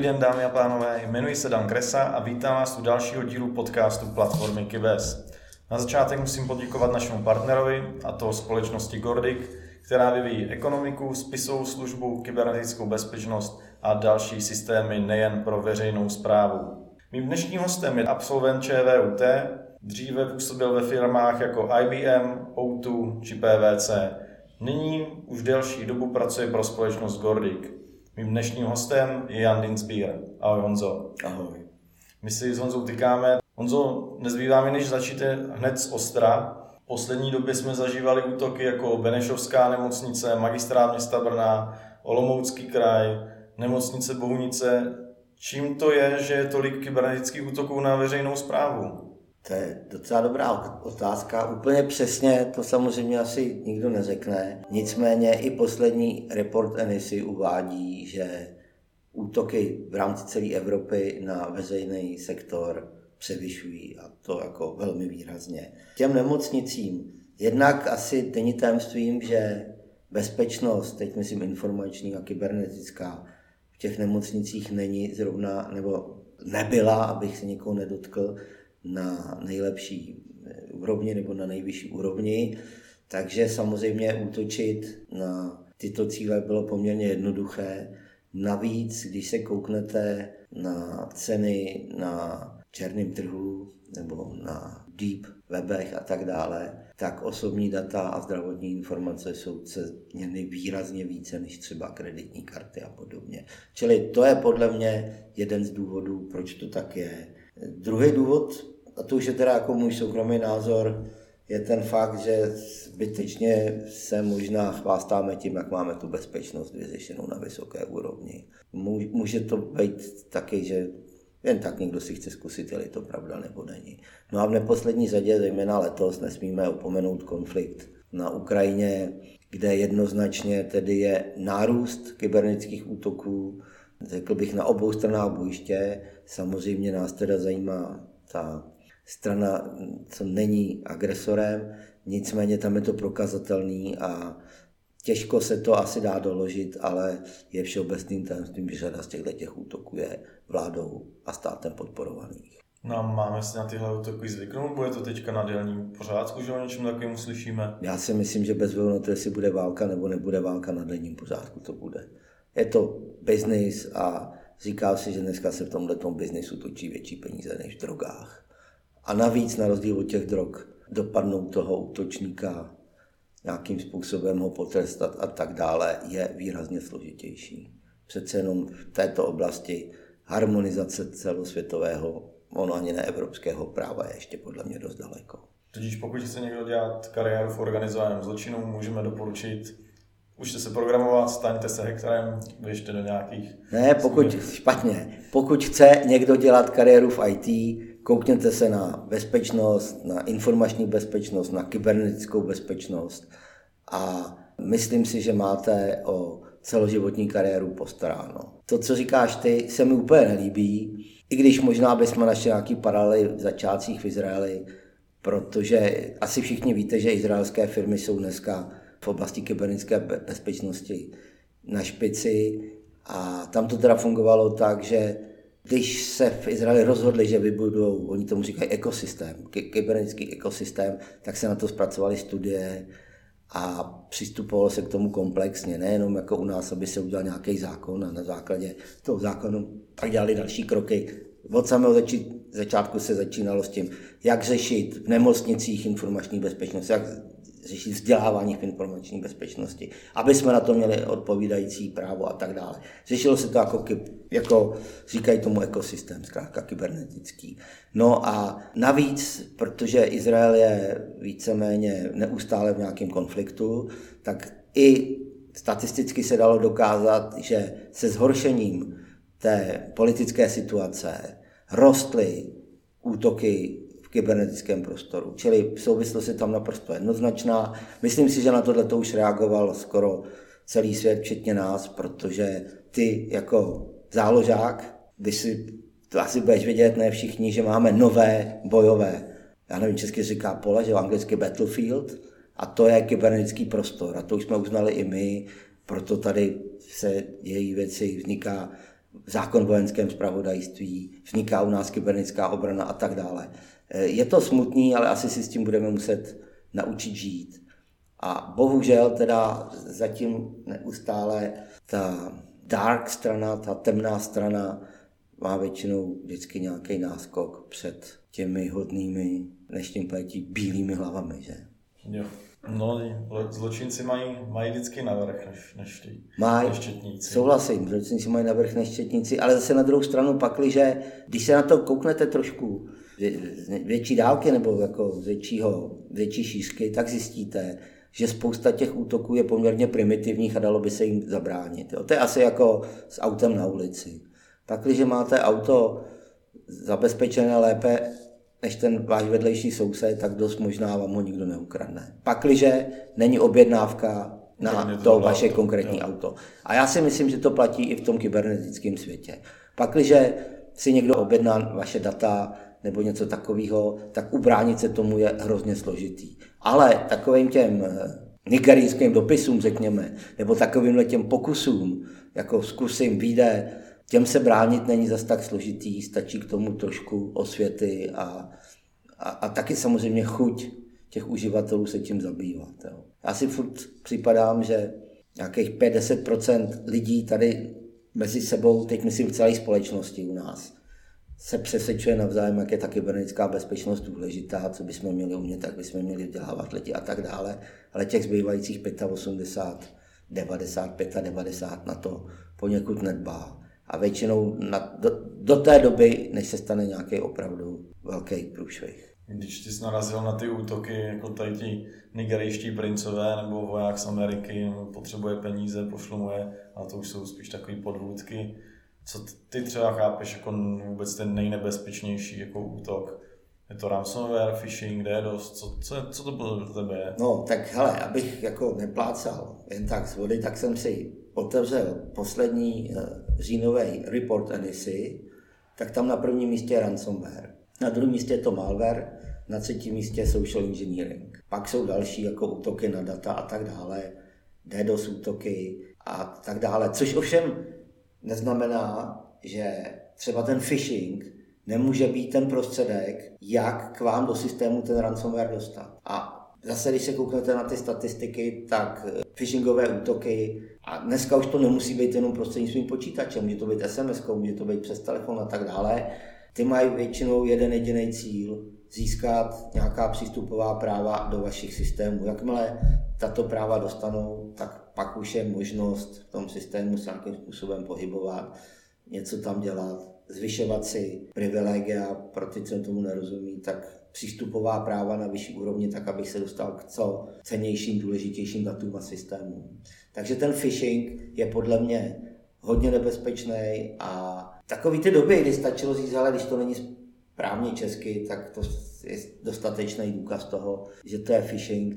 den, dámy a pánové, jmenuji se Dan Kresa a vítám vás u dalšího dílu podcastu platformy Kybes. Na začátek musím poděkovat našemu partnerovi, a to společnosti Gordic, která vyvíjí ekonomiku, spisovou službu, kybernetickou bezpečnost a další systémy nejen pro veřejnou správu. Mým dnešním hostem je absolvent ČVUT, dříve působil ve firmách jako IBM, O2 či PwC. Nyní už delší dobu pracuje pro společnost Gordic. Mým dnešním hostem je Jan Dienstbier. Ahoj Honzo. Ahoj. My si s Honzou tykáme. Honzo, nezbývá mi, než začíte hned z ostra. V poslední době jsme zažívali útoky jako Benešovská nemocnice, Magistrát města Brna, Olomoucký kraj, nemocnice Bohunice. Čím to je, že je tolik kybernetických útoků na veřejnou správu? To je docela dobrá otázka. Úplně přesně to samozřejmě asi nikdo neřekne. Nicméně i poslední report NIST uvádí, že útoky v rámci celé Evropy na veřejný sektor převyšují, a to jako velmi výrazně. Těm nemocnicím jednak asi není tajemstvím, že bezpečnost, teď myslím informační a kybernetická, v těch nemocnicích není zrovna, nebo nebyla, abych se někoho nedotkl, na nejlepší úrovni nebo na nejvyšší úrovni. Takže samozřejmě útočit na tyto cíle bylo poměrně jednoduché. Navíc, když se kouknete na ceny na černém trhu nebo na deep webech a tak dále, tak osobní data a zdravotní informace jsou ceněny výrazně více než třeba kreditní karty a podobně. Čili to je podle mě jeden z důvodů, proč to tak je. Druhý důvod, a to už je teda jako můj soukromý názor, je ten fakt, že zbytečně se možná chvástáme tím, jak máme tu bezpečnost vyřešenou na vysoké úrovni. Může to být taky, že jen tak někdo si chce zkusit, jestli to pravda nebo není. No a v neposlední řadě, zejména letos, nesmíme opomenout konflikt na Ukrajině, kde jednoznačně tedy je nárůst kybernetických útoků, řekl bych na obou stranách bojiště. Samozřejmě nás teda zajímá ta strana, co není agresorem, nicméně tam je to prokazatelný a těžko se to asi dá doložit, ale je všeobecným tajemstvím, že řada z těchto útoků je vládou a státem podporovaných. No a máme si na tyhle útoky zvyknout, bude to teďka na denním pořádku, že o něčem takovém slyšíme? Já si myslím, že bez ohledu na to, jestli bude válka nebo nebude válka, na denním pořádku to bude. Je to biznis a říká si, že dneska se v tomhletom biznisu točí větší peníze než v drogách. A navíc na rozdíl od těch drog dopadnout toho útočníka, nějakým způsobem ho potrestat a tak dále je výrazně složitější. Přece jenom v této oblasti harmonizace celosvětového, ono ani ne evropského práva je ještě podle mě dost daleko. Tudíž pokud chce někdo dělat kariéru v organizovaném zločinu, můžeme doporučit učte se programovat, staňte se hackerem, běžte do nějakých... Ne, pokud chce někdo dělat kariéru v IT, koukněte se na bezpečnost, na informační bezpečnost, na kybernetickou bezpečnost a myslím si, že máte o celoživotní kariéru postaráno. To, co říkáš ty, se mi úplně nelíbí, i když možná bychom našli nějaký paralely v začátcích v Izraeli, protože asi všichni víte, že izraelské firmy jsou dneska v oblasti kybernetické bezpečnosti na špici a tam to teda fungovalo tak, že když se v Izraeli rozhodli, že vybudou, oni tomu říkají ekosystém, kybernetický ekosystém, tak se na to zpracovaly studie a přistupovalo se k tomu komplexně, nejenom jako u nás, aby se udělal nějaký zákon a na základě toho zákonu tak dělali další kroky. Od samého začátku se začínalo s tím, jak řešit v nemocnicích informační bezpečnost, jak řešit vzdělávání v informační bezpečnosti, aby jsme na to měli odpovídající právo a tak dále. Řešilo se to jako říkají tomu ekosystém, zkrátka kybernetický. No a navíc, protože Izrael je víceméně neustále v nějakém konfliktu, tak i statisticky se dalo dokázat, že se zhoršením té politické situace rostly útoky v kybernetickém prostoru. Čili souvislost je tam naprosto jednoznačná. Myslím si, že na tohle to už reagoval skoro celý svět, včetně nás, protože ty jako záložák, to asi budeš vědět, ne všichni, že máme nové bojové, já nevím, česky říká pole, že anglicky battlefield, a to je kybernetický prostor. A to už jsme uznali i my, proto tady se dějí věci, vzniká zákon vojenském zpravodajství, vzniká u nás kybernetická obrana a tak dále. Je to smutný, ale asi si s tím budeme muset naučit žít. A bohužel teda zatím neustále ta dark strana, ta temná strana má většinou vždycky nějaký náskok před těmi hodnými, dnešním pojetí, bílými hlavami, že? Jo. No, zločinci mají vždycky navrch než ti neštětníci. Souhlasím, zločinci mají navrch než štětníci, ale zase na druhou stranu pakliže, když se na to kouknete trošku větší dálky nebo jako z větší šířky, tak zjistíte, že spousta těch útoků je poměrně primitivních a dalo by se jim zabránit. Jo. To je asi jako s autem na ulici. Pakliže máte auto zabezpečené lépe než ten váš vedlejší soused, tak dost možná vám ho nikdo neukradne. Pakliže není objednávka na to vaše konkrétní auto. A já si myslím, že to platí i v tom kybernetickém světě. Pakliže si někdo objedná vaše data nebo něco takového, tak ubránit se tomu je hrozně složitý. Ale takovým těm nigerijským dopisům, řekněme, nebo takovýmhle těm pokusům, jako zkusím, vyjde, těm se bránit není zas tak složitý, stačí k tomu trošku osvěty a taky samozřejmě chuť těch uživatelů se tím zabývat. Jo. Já si furt připadám, že nějakých 5-10% lidí tady mezi sebou, teď myslím v celé společnosti u nás, se přesvědčuje navzájem, jak je ta kybernetická bezpečnost důležitá, co bychom měli umět, tak bychom měli vzdělávat lidi a tak dále, ale těch zbývajících 85, 90 na to poněkud nedbá. A většinou do té doby, než se stane nějaký opravdu velký průšvih. Když ty jsi narazil na ty útoky, jako tady ti nigerijští princové nebo voják z Ameriky, potřebuje peníze, pošlu mu je, ale to už jsou spíš takový podvůdky. Co ty třeba chápeš jako vůbec ten nejnebezpečnější jako útok? Je to ransomware, phishing, DDoS, co to bylo pro tebe? No tak hele, abych jako neplácal jen tak z vody, tak jsem si otevřel poslední říjnový report NIST, tak tam na prvním místě je ransomware, na druhém místě je to malware, na třetím místě social engineering. Pak jsou další jako útoky na data a tak dále, DDoS útoky a tak dále, což ovšem neznamená, že třeba ten phishing nemůže být ten prostředek, jak k vám do systému ten ransomware dostat. A zase, když se kouknete na ty statistiky, tak phishingové útoky, a dneska už to nemusí být jenom prostřednictvím počítače, může to být SMS-kou, může to být přes telefon a tak dále, ty mají většinou jeden jediný cíl, získat nějaká přístupová práva do vašich systémů. Jakmile tato práva dostanou, tak pak už je možnost v tom systému se nějakým způsobem pohybovat, něco tam dělat, zvyšovat si privilegia pro ty, co tomu nerozumí, tak přístupová práva na vyšší úrovni, tak abych se dostal k co cennějším, důležitějším datům a systémům. Takže ten phishing je podle mě hodně nebezpečný a takový ty doby, kdy stačilo říct, ale když to není správně česky, tak to je dostatečný důkaz toho, že to je phishing.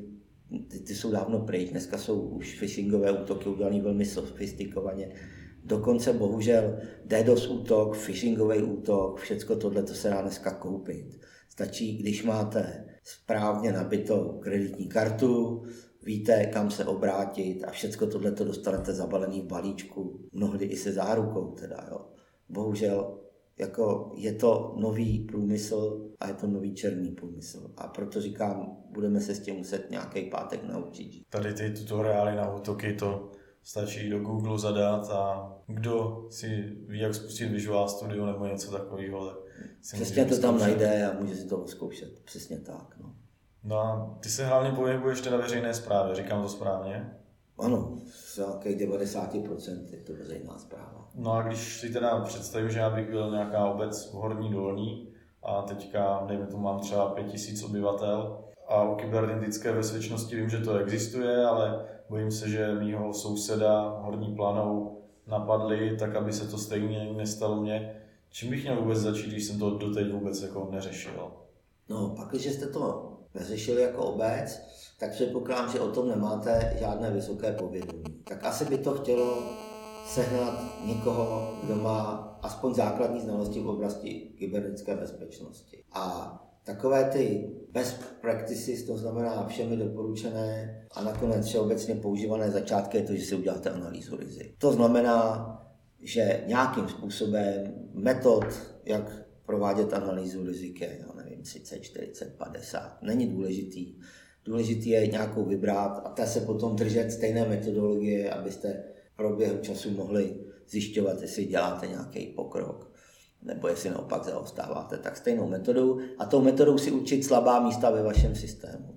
Ty jsou dávno pryč, dneska jsou už phishingové útoky udělané velmi sofistikovaně. Dokonce bohužel DDoS útok, phishingový útok, všecko tohle to se dá dneska koupit. Stačí, když máte správně nabitou kreditní kartu, víte, kam se obrátit a všecko tohle to dostanete zabalený v balíčku, mnohdy i se zárukou teda, jo. Bohužel jako je to nový průmysl a je to nový černý průmysl. A proto říkám, budeme se s tím muset nějaký pátek naučit. Tady ty tutoriály na útoky, to stačí do Google zadat a kdo si ví, jak spustit Visual Studio nebo něco takového. Přesně to tam najde a může si to zkoušet. Přesně tak. No a ty se hlavně pohybuješ teda veřejné správě, říkám to správně? Ano, z nějakých 90% je to veřejná správa. No a když si teda představím, že já bych byl nějaká obec v Horní Dolní a teďka, dejme tomu, mám třeba 5000 obyvatel a o kybernetické bezpečnosti vím, že to existuje, ale bojím se, že mýho souseda Horní Planou napadli, tak aby se to stejně nestalo mně. Čím bych měl vůbec začít, když jsem to doteď vůbec jako neřešil? No, pak, když jste to neřešili jako obec, tak předpokládám, že o tom nemáte žádné vysoké povědomí. Tak asi by to chtělo sehnat někoho, kdo má aspoň základní znalosti v oblasti kybernetické bezpečnosti. A takové ty best practices, to znamená všemi doporučené a nakonec všeobecně používané začátky je to, že si uděláte analýzu rizik. To znamená, že nějakým způsobem metod, jak provádět analýzu rizik je, já nevím, 30, 40, 50. Není důležitý. Důležitý je nějakou vybrat a ta se potom držet stejné metodologie, abyste v průběhu času mohli zjišťovat, jestli děláte nějaký pokrok, nebo jestli naopak zaostáváte, tak stejnou metodou a tou metodou si učit slabá místa ve vašem systému.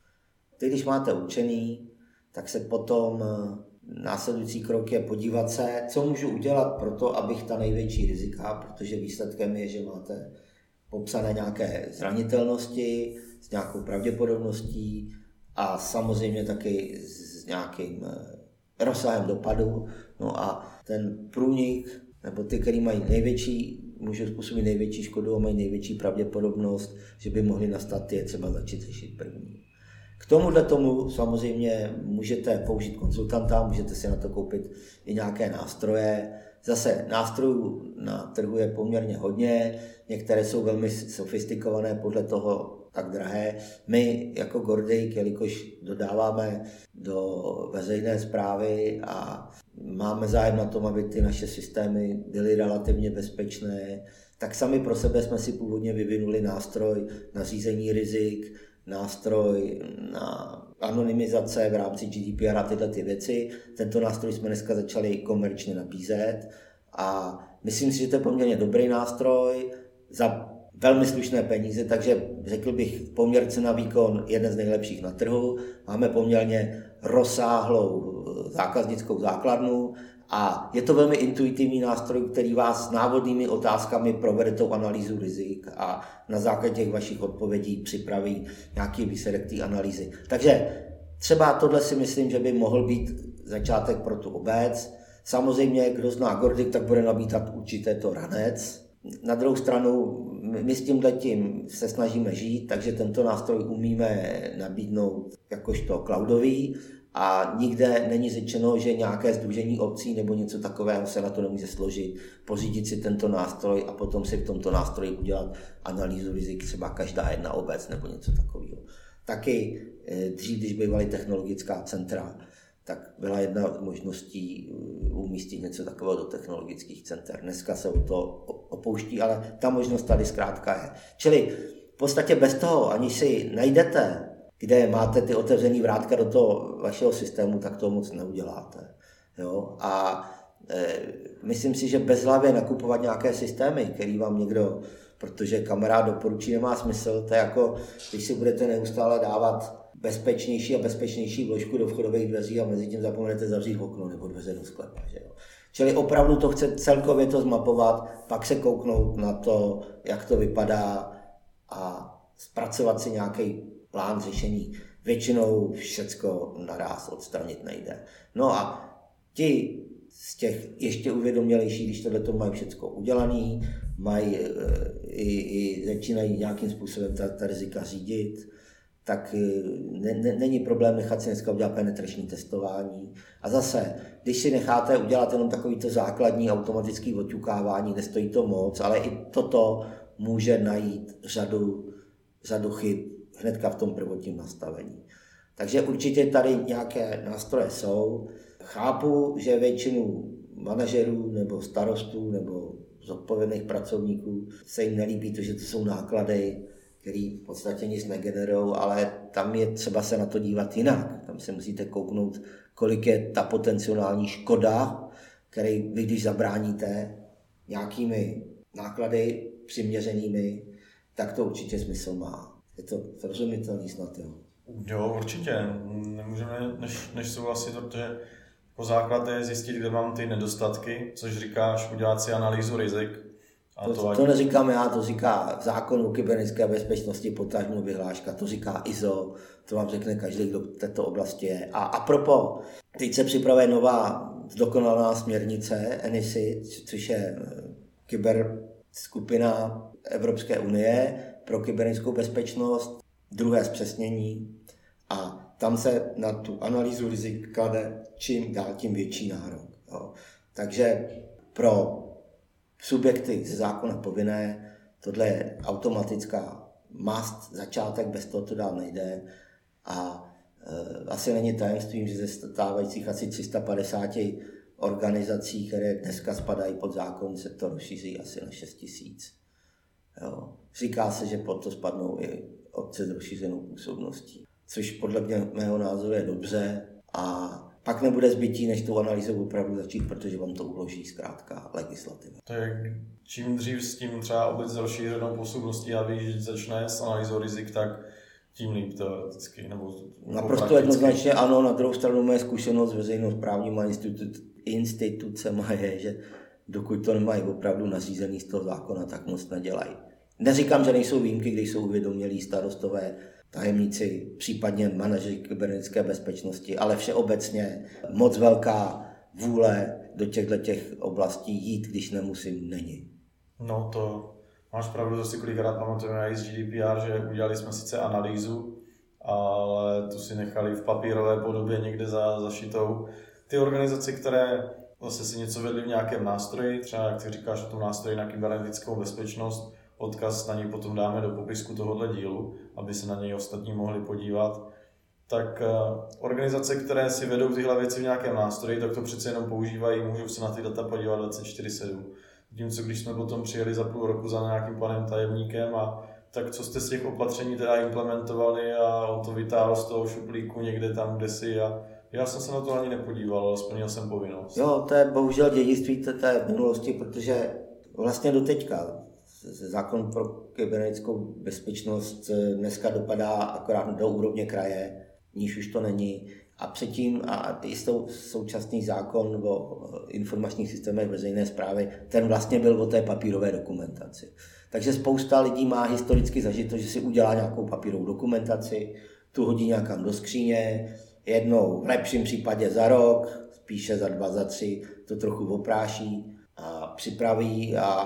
Teď, když máte učený, tak se potom následující krok je podívat se, co můžu udělat pro to, abych ta největší rizika, protože výsledkem je, že máte popsané nějaké zranitelnosti s nějakou pravděpodobností a samozřejmě taky s nějakým rozsahem dopadu. No a ten průnik, nebo ty, který mají můžou způsobit největší škodu a mají největší pravděpodobnost, že by mohly nastat, je třeba začít řešit první. K tomu samozřejmě můžete použít konzultanta, můžete si na to koupit i nějaké nástroje. Zase nástrojů na trhu je poměrně hodně, některé jsou velmi sofistikované, podle toho tak drahé. My jako Gordic, jelikož dodáváme do veřejné správy a máme zájem na tom, aby ty naše systémy byly relativně bezpečné, tak sami pro sebe jsme si původně vyvinuli nástroj na řízení rizik, nástroj na anonymizace v rámci GDPR a tyhle ty věci. Tento nástroj jsme dneska začali komerčně nabízet a myslím si, že to je poměrně dobrý nástroj za velmi slušné peníze, takže řekl bych poměr cena výkon jeden z nejlepších na trhu. Máme poměrně rozsáhlou zákaznickou základnu a je to velmi intuitivní nástroj, který vás návodnými otázkami provede tou analýzu rizik a na základě těch vašich odpovědí připraví nějaký výsledek té analýzy. Takže třeba tohle si myslím, že by mohl být začátek pro tu obec. Samozřejmě, kdo zná Gordic, tak bude nabítat určitě to ranec. Na druhou stranu, my s tímhletím se snažíme žít, takže tento nástroj umíme nabídnout jakožto cloudový a nikde není řečeno, že nějaké sdružení obcí nebo něco takového se na to nemůže složit, pořídit si tento nástroj a potom si v tomto nástroji udělat analýzu rizik třeba každá jedna obec nebo něco takového. Taky dřív, když bývaly technologická centra, tak byla jedna z možností umístit něco takového do technologických center. Dneska se o to opouští, ale ta možnost tady zkrátka je. Čili v podstatě bez toho, ani si najdete, kde máte ty otevřený vrátka do toho vašeho systému, tak to moc neuděláte. Jo? A myslím si, že bezhlavě nakupovat nějaké systémy, který vám někdo, protože kamarád doporučí, nemá smysl. To je jako, když si budete neustále dávat bezpečnější a bezpečnější vložku do vchodových dveří a mezi tím zapomenete zavřít okno nebo dveře do sklepa. Že jo? Čili opravdu to chce celkově to zmapovat, pak se kouknout na to, jak to vypadá a zpracovat si nějaký plán řešení. Většinou všecko naráz odstranit nejde. No a ti z těch ještě uvědomělejší, když tohle mají všecko udělané, mají i začínají nějakým způsobem ta rizika řídit, tak není problém nechat si dneska udělat penetrační testování. A zase, když si necháte udělat jenom takovýto základní automatický odťukávání, nestojí to moc, ale i toto může najít řadu chyb hnedka v tom prvotním nastavení. Takže určitě tady nějaké nástroje jsou. Chápu, že většinu manažerů nebo starostů nebo zodpovědných pracovníků se jim nelíbí to, že to jsou náklady, který v podstatě nic negenerují, ale tam je třeba se na to dívat jinak. Tam se musíte kouknout, kolik je ta potenciální škoda, který vy, když zabráníte nějakými náklady přiměřenými, tak to určitě smysl má. Je to srozumitelný snad, jo? Jo, určitě. Nemůžeme než souhlasit, protože po základ je zjistit, kde mám ty nedostatky, což říkáš, udělat si analýzu rizik. A to neříkám já, to říká zákon o kybernetické bezpečnosti, potažmo vyhláška, to říká ISO, to vám řekne každý, kdo v této oblasti je. A propos, teď se připravuje nová zdokonalá směrnice NISI, což je skupina Evropské unie pro kybernetickou bezpečnost, druhé zpřesnění a tam se na tu analýzu rizik klade čím dál tím větší nárok. Jo. Takže pro subjekty ze zákona povinné, tohle je automatická must, začátek, bez toho to dál nejde a asi není tajemstvím, že ze stávajících asi 350 organizací, které dneska spadají pod zákon, se to rozšíří asi na 6 000. Říká se, že pod to spadnou i obce s rozšířenou působností, což podle mého názoru je dobře a pak nebude zbytí, než tu analýzu opravdu začít, protože vám to uloží zkrátka legislativa. To je, čím dřív s tím třeba obec s rozšířenou působností a víš, že začne s analýzou rizik, tak tím líp teoreticky. Naprosto jednoznačně ano, na druhou stranu moje zkušenost s veřejnosprávníma institucema je, že dokud to nemají opravdu nařízený z toho zákona, tak moc nedělají. Neříkám, že nejsou výjimky, kde jsou uvědomělí starostové, tajemníci, případně manažeři kybernetické bezpečnosti, ale všeobecně moc velká vůle do těch oblastí jít, když nemusím, není. No to máš pravdu, to si kolikrát pamatujeme i z GDPR, že udělali jsme sice analýzu, ale tu si nechali v papírové podobě někde zašitou. Ty organizace, které zase si něco vedly v nějakém nástroji, třeba jak ty říkáš o tom nástroji na kybernetickou bezpečnost, odkaz na něj potom dáme do popisku tohoto dílu, aby se na něj ostatní mohli podívat. Tak organizace, které si vedou tyhle věci v nějakém nástroji, tak to přece jenom používají, můžou se na ty data podívat 24/7. Zatímco když jsme potom přijeli za půl roku za nějakým panem tajemníkem, tak co jste z těch opatření teda implementovali a on to vytáhl z toho šuplíku někde tam, kde si a já jsem se na to ani nepodíval, ale splnil jsem povinnost. Jo, to je bohužel dědictví té minulosti, protože vlastně doteďka zákon pro kybernetickou bezpečnost dneska dopadá akorát do úrovně kraje, níž už to není. A předtím a i současný zákon o informačních systémech veřejné správy, ten vlastně byl o té papírové dokumentaci. Takže spousta lidí má historicky zažito, že si udělá nějakou papírovou dokumentaci, tu hodí nějakam do skříně, jednou v lepším případě za rok, spíše za 2, za 3, to trochu opráší a připraví a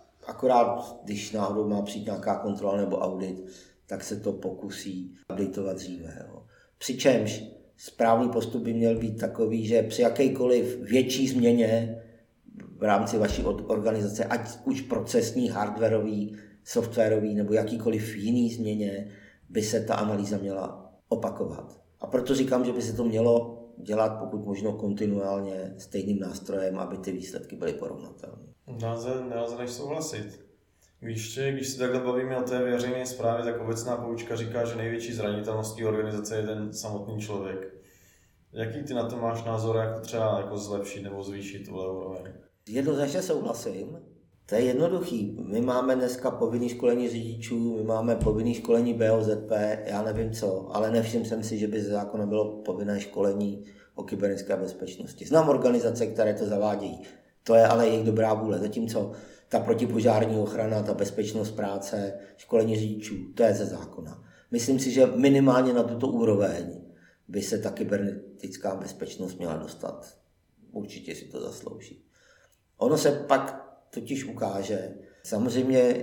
akorát, když náhodou má přijít nějaká kontrola nebo audit, tak se to pokusí updateovat dříve. Přičemž správný postup by měl být takový, že při jakékoliv větší změně v rámci vaší organizace, ať už procesní, hardwarový, softwarový nebo jakýkoliv jiný změně, by se ta analýza měla opakovat. A proto říkám, že by se to mělo dělat pokud možno kontinuálně stejným nástrojem, aby ty výsledky byly porovnatelné. Nelze než souhlasit. Když se takhle bavíme o té veřejné správě, tak obecná poučka říká, že největší zranitelností organizace je ten samotný člověk. Jaký ty na to máš názor, jak to třeba jako zlepšit nebo zvýšit tuhle úroveň? Jednoznačně souhlasím. To je jednoduchý. My máme dneska povinné školení řidičů, my máme povinné školení BOZP, já nevím co, ale nevšiml jsem si, že by ze zákona bylo povinné školení o kybernetické bezpečnosti. Znám organizace, které to zavádějí. To je ale jejich dobrá vůle. Zatímco ta protipožární ochrana, ta bezpečnost práce, školení řidičů, to je ze zákona. Myslím si, že minimálně na tuto úroveň by se ta kybernetická bezpečnost měla dostat. Určitě si to zaslouží. Ono se pak totiž ukáže. Samozřejmě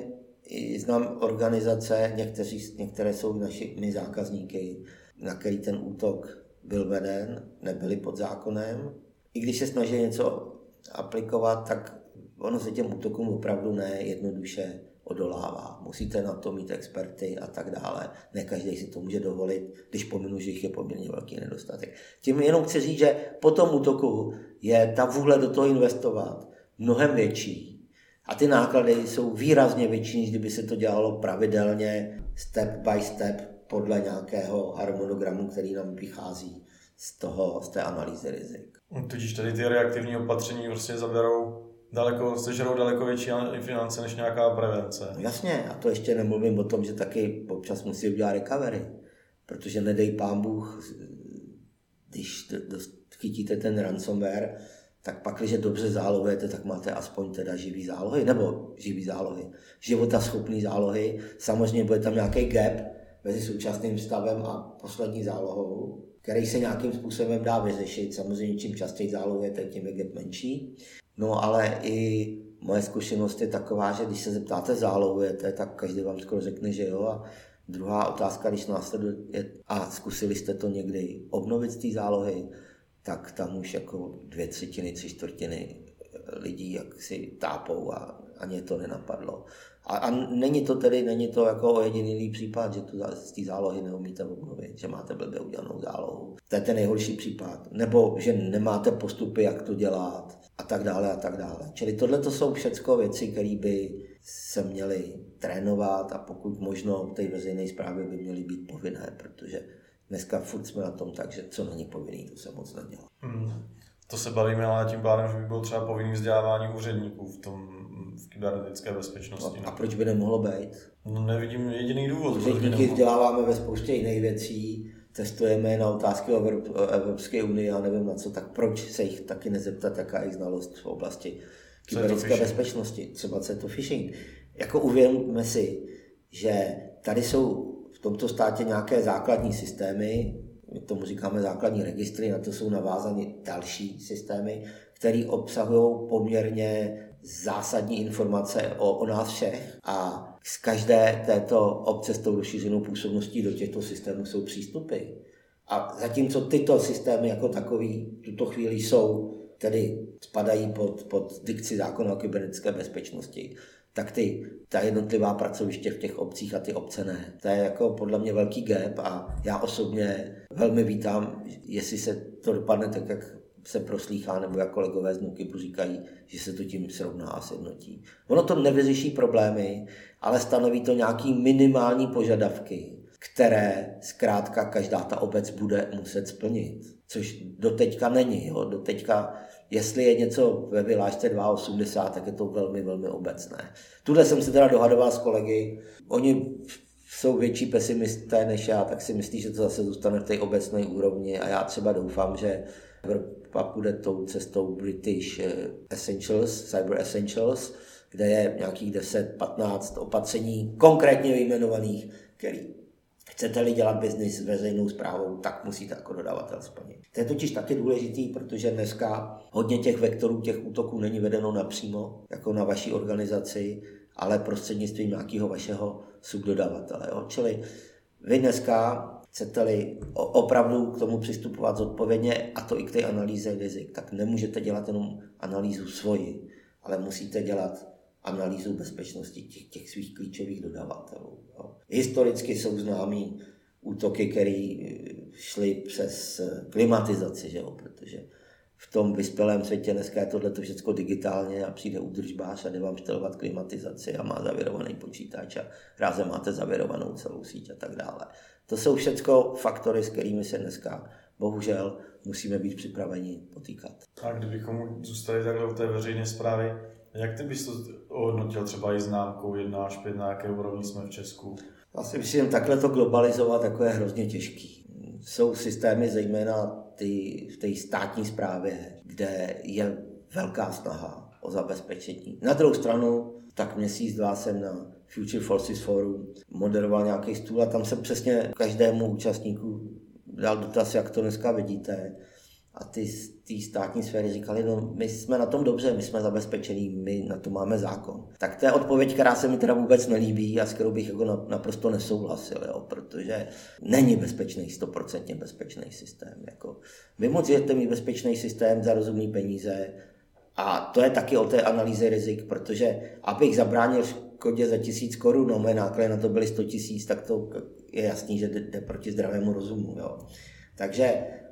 znám organizace, některé jsou našimi zákazníky, na který ten útok byl veden, nebyli pod zákonem. I když se snaží něco aplikovat, tak ono se těm útokům opravdu nejednoduše odolává. Musíte na to mít experty a tak dále. Ne každý si to může dovolit, když pominu, že jich je poměrně velký nedostatek. Tím jenom chci říct, že po tom útoku je ta vůle do toho investovat mnohem větší. A ty náklady jsou výrazně větší, než kdyby se to dělalo pravidelně, step by step, podle nějakého harmonogramu, který nám vychází z té analýzy rizik. Tudíž tady ty reaktivní opatření prostě sežerou daleko větší finance než nějaká prevence. Jasně, a to ještě nemluvím o tom, že taky občas musí udělat recovery, protože nedej pán Bůh, když chytíte ten ransomware, tak pak, když dobře zálohujete, tak máte aspoň teda živý zálohy, životaschopný zálohy. Samozřejmě bude tam nějaký gap mezi současným stavem a poslední zálohou, který se nějakým způsobem dá vyřešit. Samozřejmě čím častěji zálohujete, tím je gap menší. No ale i moje zkušenost je taková, že když se zeptáte, zálohujete, tak každý vám skoro řekne, že jo. A druhá otázka, když následuje, a zkusili jste to někdy obnovit z té zálohy, tak tam už jako 2/3, 3/4 lidí jak si tápou a ani je to nenapadlo. A není to jako ojedinělý případ, že tu z té zálohy neumíte obnovit, že máte blbě udělanou zálohu. To je ten nejhorší případ. Nebo že nemáte postupy, jak to dělat a tak dále a tak dále. Čili tohle to jsou všechno věci, které by se měly trénovat a pokud možno v té veřejné správě by měly být povinné, protože dneska furt jsme na tom tak, že co není povinný, to se moc nedělá. To se bavíme, ale tím pádem, že by bylo třeba povinný vzdělávání úředníků v kybernetické bezpečnosti. A proč by nemohlo být? No, nevidím jediný důvod. Úředníky vzděláváme ve spoustě jiných věcí, testujeme na otázky o Evropské unii a nevím na co, tak proč se jich taky nezeptat, jaká je znalost v oblasti kybernetické bezpečnosti, třeba co je to phishing. Jako uvědomme si, že tady jsou v tomto státě nějaké základní systémy, my tomu říkáme základní registry, na to jsou navázány další systémy, které obsahují poměrně zásadní informace o nás všech a z každé této obce s tou rozšířenou působností do těchto systémů jsou přístupy. A zatímco tyto systémy jako takový v tuto chvíli jsou, tedy spadají pod dikci zákona o kybernetické bezpečnosti, tak ta jednotlivá pracoviště v těch obcích a ty obce ne. To je jako podle mě velký gap a já osobně velmi vítám, jestli se to dopadne tak, jak se proslýchá, nebo jak kolegové z NÚKIBu říkají, že se to tím srovná a sjednotí. Ono to nevyřeší problémy, ale stanoví to nějaký minimální požadavky, které zkrátka každá ta obec bude muset splnit. Což doteďka není. Jo? Doteďka, jestli je něco ve vyhlášce 280, tak je to velmi, velmi obecné. Tuhle jsem se teda dohadoval s kolegy. Oni jsou větší pesimisté než já, tak si myslí, že to zase zůstane v té obecné úrovni a já třeba doufám, že Evropa půjde tou cestou British Essentials, Cyber Essentials, kde je nějakých 10-15 opatření konkrétně vyjmenovaných, který chcete-li dělat biznis s veřejnou správou, tak musíte jako dodavatel splnit. To je totiž taky důležitý, protože dneska hodně těch vektorů, těch útoků není vedeno napřímo, jako na vaší organizaci, ale prostřednictvím nějakého vašeho subdodavatele. Jo? Čili vy dneska chcete-li opravdu k tomu přistupovat zodpovědně, a to i k té analýze rizik, tak nemůžete dělat jenom analýzu svoji, ale musíte dělat analýzu bezpečnosti těch svých klíčových dodavatelů. Jo. Historicky jsou známý útoky, které šly přes klimatizaci, že jo, protože v tom vyspělém světě dneska je tohleto všechno digitálně a přijde údržbář a jde vám štelovat klimatizaci a má zavěrovaný počítač a rázem máte zavěrovanou celou síť a tak dále. To jsou všechno faktory, s kterými se dneska bohužel musíme být připraveni potýkat. A kdybychom zůstali takhle u té veřejné zprávy, jak ty bys to ohodnotil třeba i známkou 1 až 5, na jaké úrovni jsme v Česku? Asi myslím, takhle to globalizovat jako je hrozně těžký. Jsou systémy zejména v té státní správě, kde je velká snaha o zabezpečení. Na druhou stranu, tak měsíc, 2 jsem na Future Forces Forum moderoval nějaký stůl a tam jsem přesně každému účastníku dal dotaz, jak to dneska vidíte. A ty státní sféry říkali, no my jsme na tom dobře, my jsme zabezpečení, my na to máme zákon. Tak to je odpověď, která se mi teda vůbec nelíbí a s kterou bych jako naprosto nesouhlasil, jo, protože není bezpečný, 100% bezpečný systém. Jako. Vy moc můžete mít bezpečný systém za rozumný peníze a to je taky o té analýze rizik, protože abych zabránil škodě za 1000 korun, no moje náklady na to byly 100 000, tak to je jasný, že jde proti zdravému rozumu. Jo. Takže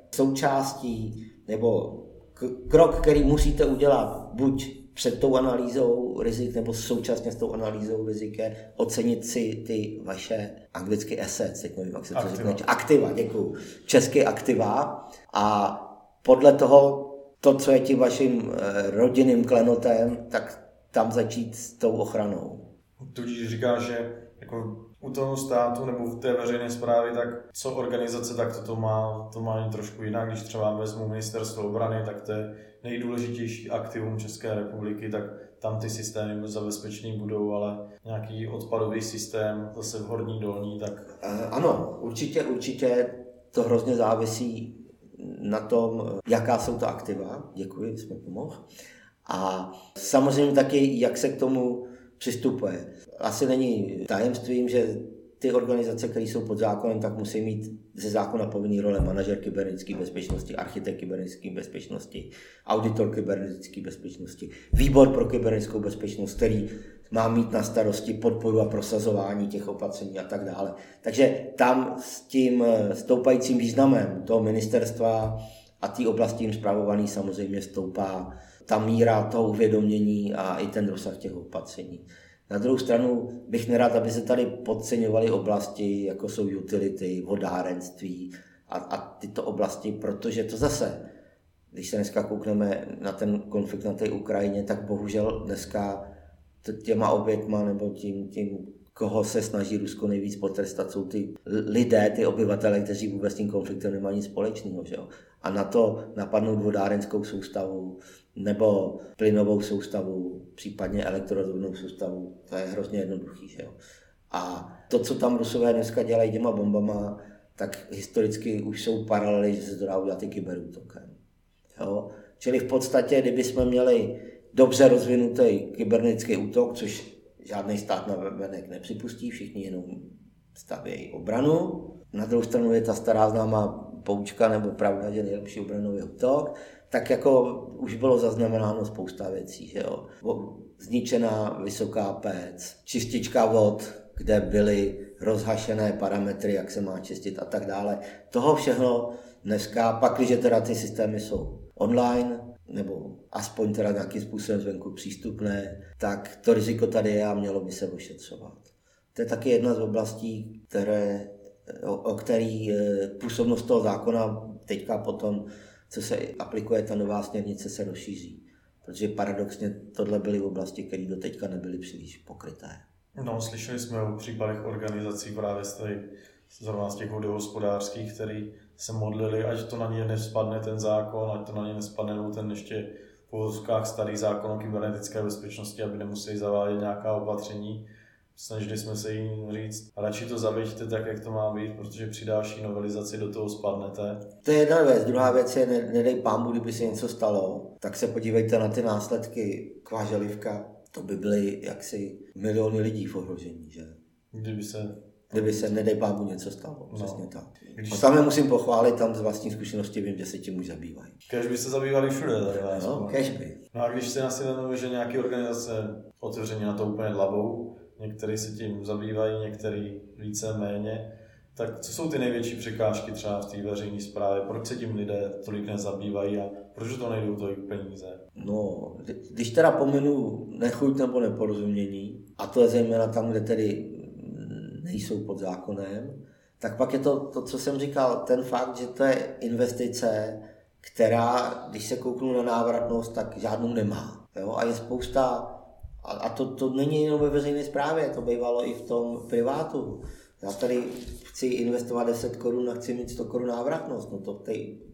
součástí nebo krok, který musíte udělat buď před tou analýzou rizik nebo současně s tou analýzou rizik je ocenit si ty vaše anglicky assets, teď nevím, jak se to řekne, aktiva, děkuju, české aktiva a podle toho, to, co je tím vaším rodinným klenotem, tak tam začít s tou ochranou. Tudíž říkáš, že jako u toho státu nebo v té veřejné správě, tak co organizace, tak to má trošku jinak. Když třeba vezmu ministerstvo obrany, tak to je nejdůležitější aktivum České republiky, tak tam ty systémy zabezpečení budou, ale nějaký odpadový systém zase v horní dolní, tak... Ano, určitě to hrozně závisí na tom, jaká jsou to aktiva. Děkuji, jsme pomohl. A samozřejmě taky, jak se k tomu přistupuje. Asi není tajemstvím, že ty organizace, které jsou pod zákonem, tak musí mít ze zákona povinný role manažer kybernetické bezpečnosti, architekt kybernetické bezpečnosti, auditor kybernetické bezpečnosti, výbor pro kybernetickou bezpečnost, který má mít na starosti podporu a prosazování těch opatření a tak dále. Takže tam s tím stoupajícím významem toho ministerstva a té oblasti jim spravovaný samozřejmě stoupá ta míra toho uvědomění a i ten rozsah těch opatření. Na druhou stranu bych nerad, aby se tady podceňovaly oblasti, jako jsou utility, vodárenství a tyto oblasti, protože to zase, když se dneska koukneme na ten konflikt na té Ukrajině, tak bohužel dneska těma obětma nebo tím, koho se snaží Rusko nejvíc potrestat, jsou ty lidé, ty obyvatele, kteří vůbec s tím konfliktem nemají nic společného. Že jo? A na to napadnout vodárenskou soustavu nebo plynovou soustavu, případně elektrorodovnou soustavu, to je hrozně jednoduchý. Že jo? A to, co tam Rusové dneska dělají těma bombama, tak historicky už jsou paralely, že se to dá udělat i kyberútokem. Jo? Čili v podstatě, kdybychom měli dobře rozvinutý kybernetický útok, což žádný stát na venek nepřipustí, všichni jenom stavějí obranu. Na druhou stranu je ta stará známá poučka nebo pravda, že nejlepší obranou je útok, tak jako už bylo zaznamenáno spousta věcí, že jo. Zničená vysoká pec, čistička vod, kde byly rozhašené parametry, jak se má čistit a tak dále. Toho všechno dneska, pakliže teda ty systémy jsou online, nebo aspoň teda nějakým způsobem zvenku přístupné, tak to riziko tady je a mělo by se ošetřovat. To je taky jedna z oblastí, o který působnost toho zákona teďka potom, co se aplikuje ta nová směrnice, se rozšíří. Protože paradoxně tohle byly oblasti, které do teďka nebyly příliš pokryté. No, slyšeli jsme o případech organizací právě zrovna z těch vodohospodářských, který se modlili, ať to na ně nespadne ten zákon, ať to na ně nespadne ten ještě v uvozovkách starý zákon o kybernetické bezpečnosti, aby nemuseli zavádět nějaká opatření. Snažili jsme se jim říct, radši to zavěďte tak, jak to má být, protože při další novelizaci do toho spadnete. To je jedna věc. Druhá věc je, nedej pámbu, kdyby se něco stalo, tak se podívejte na ty následky kváželivka. To by byly jaksi miliony lidí v ohrožení, že? Kdyby se, nedej pámbu, něco stalo. Přesně tak. A tam musím pochválit, tam z vlastní zkušenosti vím, že se tím už zabývají. Kež by se zabývali všude. No, kež by. No a když se nasilujeme, že nějaké organizace otevřeně na to úplně dlavou, některý se tím zabývají, některý více méně, tak co jsou ty největší překážky třeba v té veřejné správě? Proč se tím lidé tolik nezabývají a proč to nejdou tolik peníze? No, když teda pominu nechuť nebo neporozumění, a to je zejména tam, kde tedy nejsou pod zákonem, tak pak je to, co jsem říkal, ten fakt, že to je investice, která, když se kouknu na návratnost, tak žádnou nemá. Jo? A je spousta, a to není jenom ve veřejné správě, to bývalo i v tom privátu. Já tady chci investovat 10 korun a chci mít 100 korun návratnost, no to v té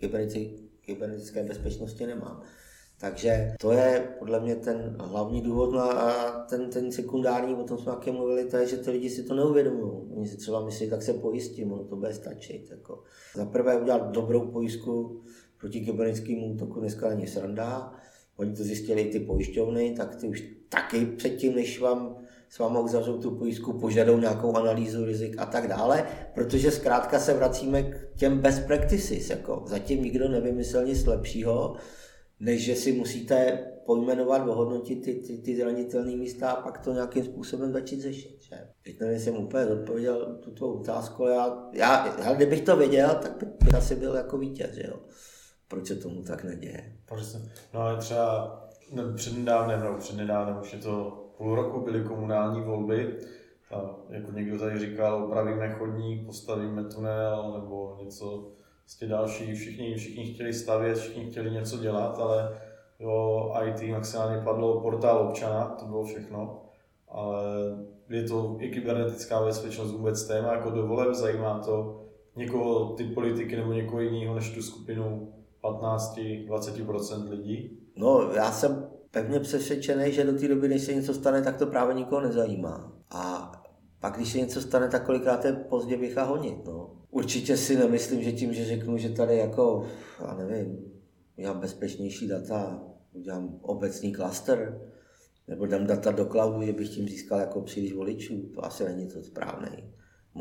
kybernetické bezpečnosti nemám. Takže to je podle mě ten hlavní důvod, no a ten sekundární, o tom jsme také mluvili, to je, že ty lidi si to neuvědomují. Oni si třeba myslí, tak se pojistím, ono to bude stačit. Jako. Za prvé udělat dobrou pojistku proti kybernetickému útoku dneska není sranda. Oni to zjistili i ty pojišťovny, tak ty už taky předtím, než s váma uzavřou tu pojistku, požadou nějakou analýzu rizik a tak dále, protože zkrátka se vracíme k těm best practices. Jako. Zatím nikdo nevymyslel nic lepšího, než že si musíte pojmenovat, ohodnotit ty zranitelné místa a pak to nějakým způsobem začít řešit. Že? Teď nevím, jsem úplně odpověděl tu tvou otázku, já kdybych to věděl, tak bych asi byl jako vítěz, že jo. Proč se tomu tak neděje? No ale třeba přednedávnem, už je to půl roku, byly komunální volby. A jako někdo tady říkal, opravíme chodník, postavíme tunel nebo něco další. Všichni chtěli stavět, všichni chtěli něco dělat, ale jo, IT maximálně padlo portál občana, to bylo všechno. Ale je to i kybernetická bezpečnost vůbec téma, jako do voleb zajímá to někoho, ty politiky nebo někoho jiného než tu skupinu 15-20% lidí? No, já jsem pevně přesvědčený, že do té doby, než se něco stane, tak to právě nikoho nezajímá. A pak, když se něco stane, tak kolikrát je pozdě běha honit. No. Určitě si nemyslím, že tím, že řeknu, že tady jako, já nevím, udělám bezpečnější data, udělám obecný klaster, nebo dám data do cloudu, že bych tím získal jako příliš voličů. To asi není to správný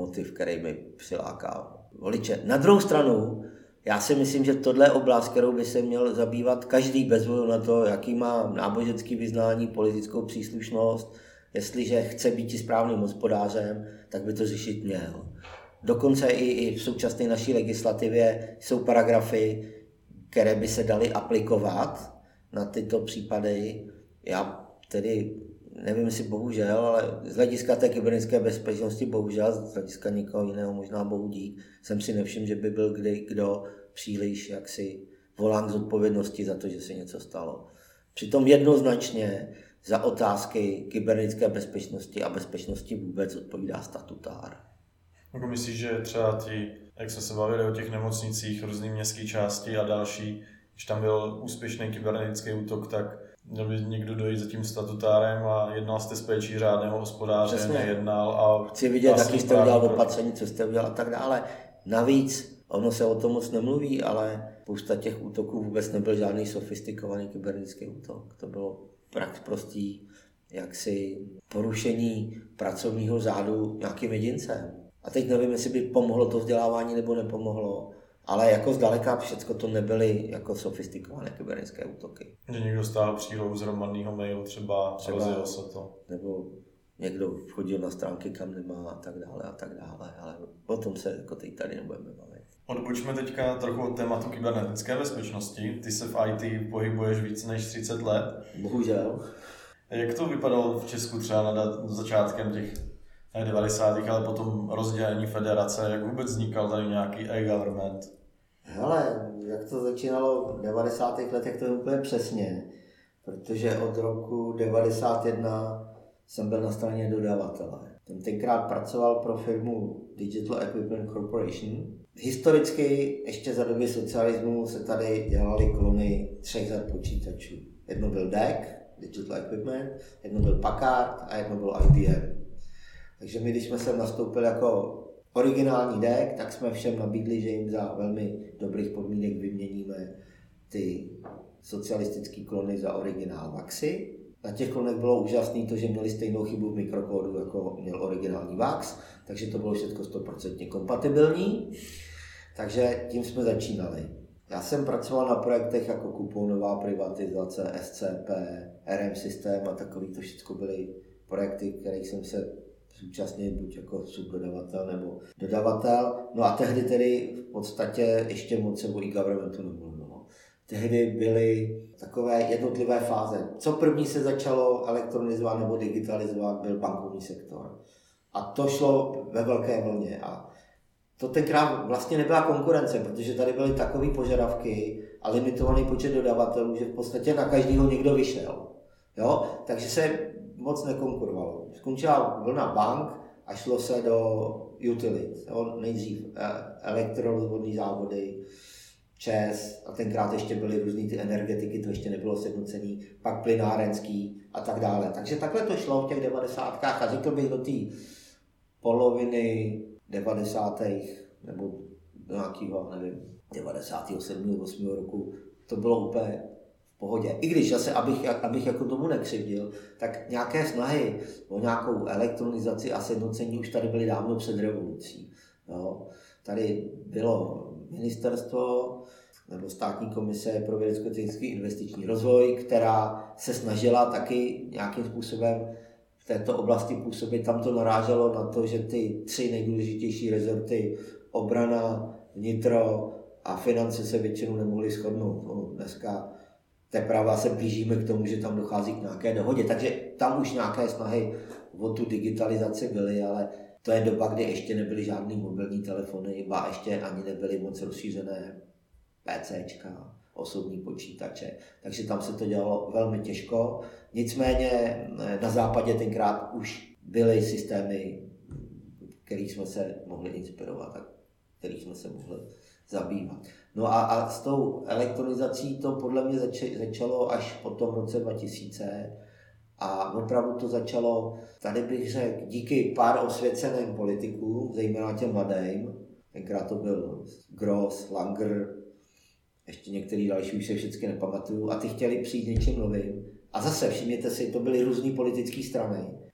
motiv, který mi přiláká voliče. Na druhou stranu, já si myslím, že tohle je oblast, kterou by se měl zabývat každý bez ohledu na to, jaký má náboženský vyznání, politickou příslušnost. Jestliže chce být správným hospodářem, tak by to řešit měl. Dokonce i v současné naší legislativě jsou paragrafy, které by se daly aplikovat na tyto případy. Já tedy nevím, jestli bohužel, ale z hlediska té kybernetické bezpečnosti, bohužel, z hlediska někoho jiného, možná bohu dík, jsem si nevšiml, že by byl kdo příliš jaksi volán k zodpovědnosti za to, že se něco stalo. Přitom jednoznačně za otázky kybernetické bezpečnosti a bezpečnosti vůbec odpovídá statutár. Jako myslíš, že třeba jak jsme se bavili o těch nemocnicích, různý městské části a další, když tam byl úspěšný kybernetický útok, tak měl by někdo dojít za tím statutárem a jednal jste s péčí řádného hospodáře, přesně. Nejednal a... Chci vidět, jaký jste udělal opatření, co jste udělal a tak dále. Navíc, ono se o tom moc nemluví, ale spousta těch útoků vůbec nebyl žádný sofistikovaný kybernetický útok. To bylo prostý jaksi porušení pracovního řádu nějakým jedincem. A teď nevím, jestli by pomohlo to vzdělávání nebo nepomohlo, ale jako zdaleka všechno to nebyly jako sofistikované kybernetické útoky. Že někdo stáhl přílohu z hromadného mailu, třeba rozjel se to. Nebo někdo chodil na stránky, kam nemá a tak dále, ale o tom se jako teď tady nebudeme bavit. Odbočme teďka trochu od tématu kybernetické bezpečnosti. Ty se v IT pohybuješ víc než 30 let. Bohužel. Jak to vypadalo v Česku třeba na začátkem těch 90. ale potom rozdělení federace, jak vůbec vznikal tady nějaký e-government? Hele, jak to začínalo v 90. letech, to je úplně přesně, protože od roku 91 jsem byl na straně dodavatele. Jsem tenkrát pracoval pro firmu Digital Equipment Corporation. Historicky, ještě za doby socialismu, se tady dělaly klony 3 řad počítačů. Jedno byl DEC, Digital Equipment, jedno byl Packard a jedno byl IBM. Takže my, když jsme sem nastoupili jako originální DEC, tak jsme všem nabídli, že jim za velmi dobrých podmínek vyměníme ty socialistické klony za originál VAXy. Na těch klonech bylo úžasné to, že měli stejnou chybu v mikrokódu, jako měl originální VAX, takže to bylo všechno 100% kompatibilní. Takže tím jsme začínali. Já jsem pracoval na projektech jako kuponová privatizace, SCP, RM systém a takový to všechno byly projekty, kterých jsem se současně buď jako subdodavatel nebo dodavatel. No a tehdy tedy v podstatě ještě moc se o e-governmentu nemluvilo. Tehdy byly takové jednotlivé fáze. Co první se začalo elektronizovat nebo digitalizovat, byl bankovní sektor. A to šlo ve velké vlně. A to tenkrát vlastně nebyla konkurence, protože tady byly takové požadavky a limitovaný počet dodavatelů, že v podstatě na každého někdo vyšel. Jo? Takže se moc nekonkurovalo. Skončila vlna bank a šlo se do utilit. Jo? Nejdřív elektrorozvodní závody, ČEZ a tenkrát ještě byly různý ty energetiky, to ještě nebylo sjednocený, pak plynárenský a tak dále. Takže takhle to šlo v těch 90. a řekl bych do té poloviny 90. nebo do nějakého, nevím, 97. 8. roku, to bylo úplně v pohodě. I když zase, abych jako tomu nekřivdil, tak nějaké snahy o nějakou elektronizaci a sjednocení už tady byly dávno před revolucí. Jo. Tady bylo ministerstvo nebo státní komise pro vědecko-technický investiční rozvoj, která se snažila taky nějakým způsobem v této oblasti působit. Tam to naráželo na to, že ty 3 nejdůležitější rezorty, obrana, vnitro a finance, se většinou nemohly shodnout. No, dneska teprve se blížíme k tomu, že tam dochází k nějaké dohodě. Takže tam už nějaké snahy o tu digitalizaci byly, ale to je doba, kdy ještě nebyly žádný mobilní telefony, ba ještě ani nebyly moc rozšířené PCčka, osobní počítače. Takže tam se to dělalo velmi těžko. Nicméně na západě tenkrát už byly systémy, kterých jsme se mohli inspirovat a kterých jsme se mohli zabývat. No a s tou elektronizací to podle mě začalo až po tom roce 2000 a opravdu to začalo, tady bych řekl, díky pár osvěceným politikům, zejména těm mladým, tenkrát to byl Gross, Langer, ještě některý další, už se všichni nepamatuju, a ty chtěli přijít něčím novým. A zase všimněte si, to byly různý politické strany.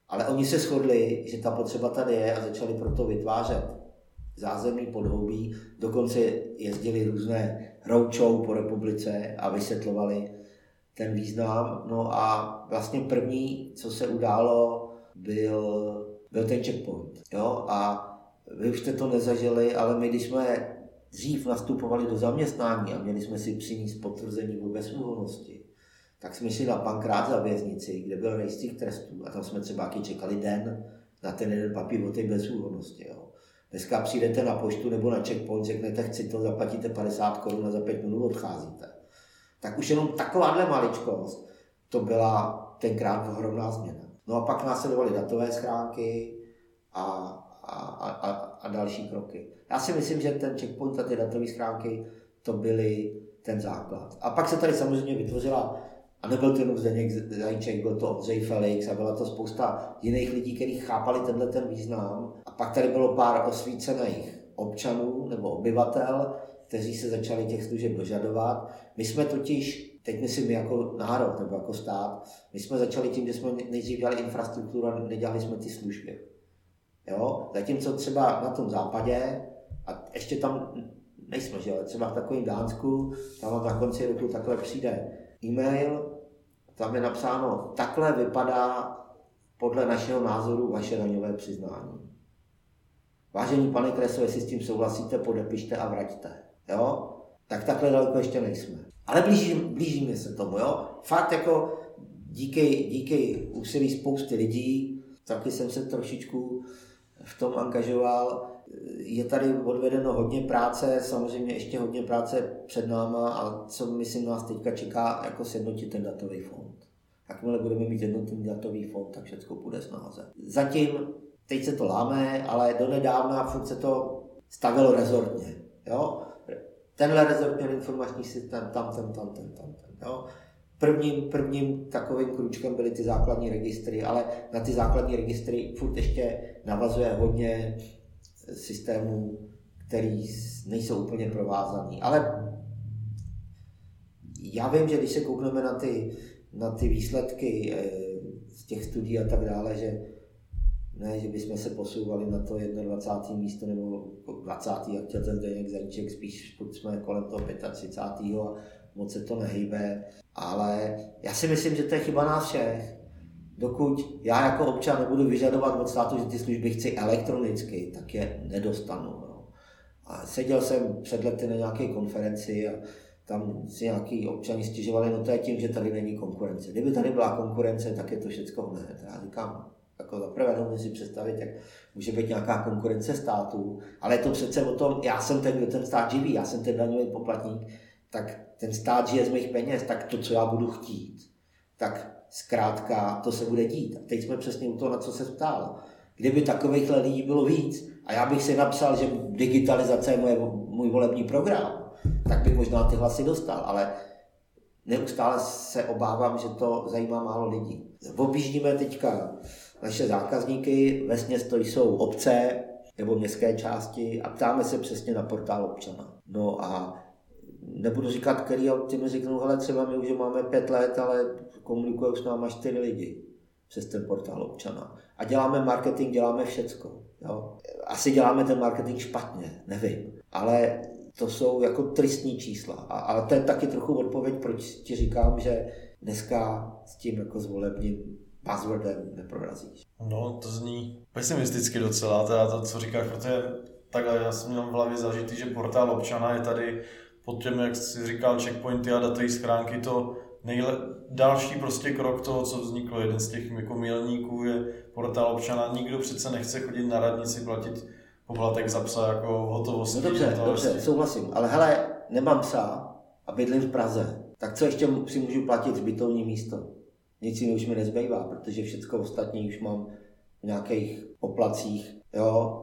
Ale oni se shodli, že ta potřeba tady je a začali proto vytvářet zázemí podhoubí. Dokonce jezdili různé roadshow po republice a vysvětlovali ten význam. No a vlastně první, co se událo, byl ten checkpoint. Jo? A vy už jste to nezažili, ale my, když jsme dřív nastupovali do zaměstnání a měli jsme si přinést potvrzení o bezúhonnosti, tak jsme šli na Pankrát za věznici, kde byl rejstřík trestů a tam jsme třeba čekali den na ten jeden papír o té bezúhonnosti. Jo. Dneska přijdete na poštu nebo na checkpoint, řeknete chci to, zaplatíte 50 korun a za 5 minut odcházíte. Tak už jenom takováhle maličkost, to byla tenkrát ohromná změna. No a pak následovaly datové schránky a další kroky. Já si myslím, že ten checkpoint a ty datové schránky, to byly ten základ. A pak se tady samozřejmě vytvořila, a nebyl to jenom Zdeněk Zajíček, byl to Ondřej Felix a byla to spousta jiných lidí, kteří chápali ten význam. A pak tady bylo pár osvícených občanů nebo obyvatel, kteří se začali těch služeb dožadovat. My jsme totiž, teď myslím jako národ nebo jako stát, my jsme začali tím, že jsme nejdřív dělali infrastrukturu a nedělali jsme ty služby. Jo? Zatímco třeba na tom západě, a ještě tam nejsme, že? Ale třeba v takovém Dánsku, tam vám na konci roku takhle přijde e-mail, tam je napsáno, takhle vypadá podle našeho názoru vaše daňové přiznání. Vážený pane Kreso, jestli s tím souhlasíte, podepište a vraťte. Jo? Tak takhle daleko ještě nejsme. Ale blížíme se tomu. Jo? Fakt jako díky úsilí spousty lidí, taky jsem se trošičku v tom angažoval. Je tady odvedeno hodně práce, samozřejmě ještě hodně práce před náma a co myslím nás teďka čeká, jako sjednotit ten datový fond. Jakmile budeme mít jednotný datový fond, tak všechno bude snáze. Zatím, teď se to láme, ale donedávna furt se to stavilo rezortně. Jo? Tenhle rezort měl informační systém, tam. Jo? Prvním takovým kručkem byly ty základní registry, ale na ty základní registry furt ještě navazuje hodně systémů, který nejsou úplně provázaný. Ale já vím, že když se koukneme na ty výsledky z těch studií a tak dále, že ne, že bychom se posouvali na to 21. místo nebo 20. jak chtěl ten Zdeněk Zajíček, spíš jsme kolem toho 35. a moc se to nehýbe. Ale já si myslím, že to je chyba nás všech. Dokud já jako občan nebudu vyžadovat od státu, že ty služby chci elektronicky, tak je nedostanu. No. A seděl jsem před lety na nějaké konferenci a tam si nějaký občani stěžovali, no to je tím, že tady není konkurence. Kdyby tady byla konkurence, tak je to všecko hned. Já říkám, jako zaprvé nemůžu si představit, jak může být nějaká konkurence států, ale je to přece o tom, já jsem ten, kdo ten stát živí, já jsem ten daňový poplatník, tak ten stát žije z mých peněz, tak to, co já budu chtít, tak zkrátka to se bude dít. A teď jsme přesně u toho, na co se ptal. Kdyby takovýchhle lidí bylo víc a já bych si napsal, že digitalizace je můj volební program, tak bych možná ty hlasy dostal, ale neustále se obávám, že to zajímá málo lidí. Objíždíme teďka naše zákazníky, vesměs to jsou obce nebo městské části a ptáme se přesně na portál občana. No a nebudu říkat, který, ale ty mi řeknou, hele, třeba my už máme 5 let, ale komunikují s náma 4 lidi přes ten portál občana. A děláme marketing, děláme všecko. Jo. Asi děláme ten marketing špatně, nevím. Ale to jsou jako tristní čísla. Ale to je taky trochu odpověď, proč ti říkám, že dneska s tím jako s volebním buzzwordem neprorazíš. No, to zní pesimisticky docela, teda to, co říkáš, protože takhle já jsem měl v hlavě zažitý, že portál občana je tady pod těm, jak jsi říkal, checkpointy a datové schránky, to další prostě krok toho, co vzniklo. Jeden z těch jako milníků je portál občana. Nikdo přece nechce chodit na radnici, platit poplatek za psa jako hotovosti. No dobře, souhlasím. Ale hele, nemám psa a bydlím v Praze. Tak co ještě si můžu platit zbytovní místo? Nic jiného už mi nezbývá, protože všechno ostatní už mám v nějakých poplacích, jo,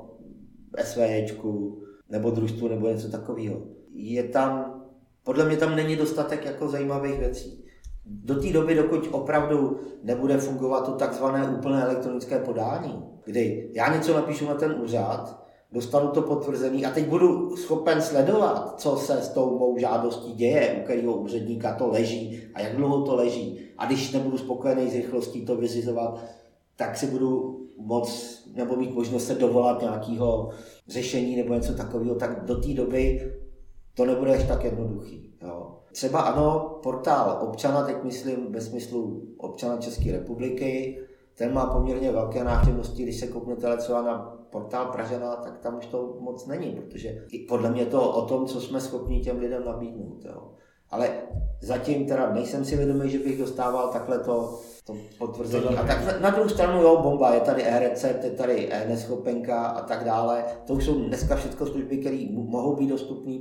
SVJčku, nebo družstvu, nebo něco takového. Je tam, podle mě tam není dostatek jako zajímavých věcí. Do té doby, dokud opravdu nebude fungovat to takzvané úplné elektronické podání, kdy já něco napíšu na ten úřad, dostanu to potvrzení a teď budu schopen sledovat, co se s tou mou žádostí děje, u kterého úředníka to leží a jak dlouho to leží. A když nebudu spokojený s rychlostí to vyřizovat tak si budu nebo mít možnost se dovolat nějakého řešení nebo něco takového, tak do té doby to nebude až tak jednoduchý. Jo. Třeba ano, portál občana, teď myslím ve smyslu občana České republiky, ten má poměrně velké návštěvnosti, když se kouknete třeba na portál Pražana, tak tam už to moc není, protože podle mě to o tom, co jsme schopni těm lidem nabídnout. Jo. Ale zatím teda nejsem si vědomý, že bych dostával takhle to potvrzení. A tak na druhou stranu, jo, bomba, je tady e-recept, je tady e-neschopenka a tak dále. To už jsou dneska všechno služby, které mohou být dostupné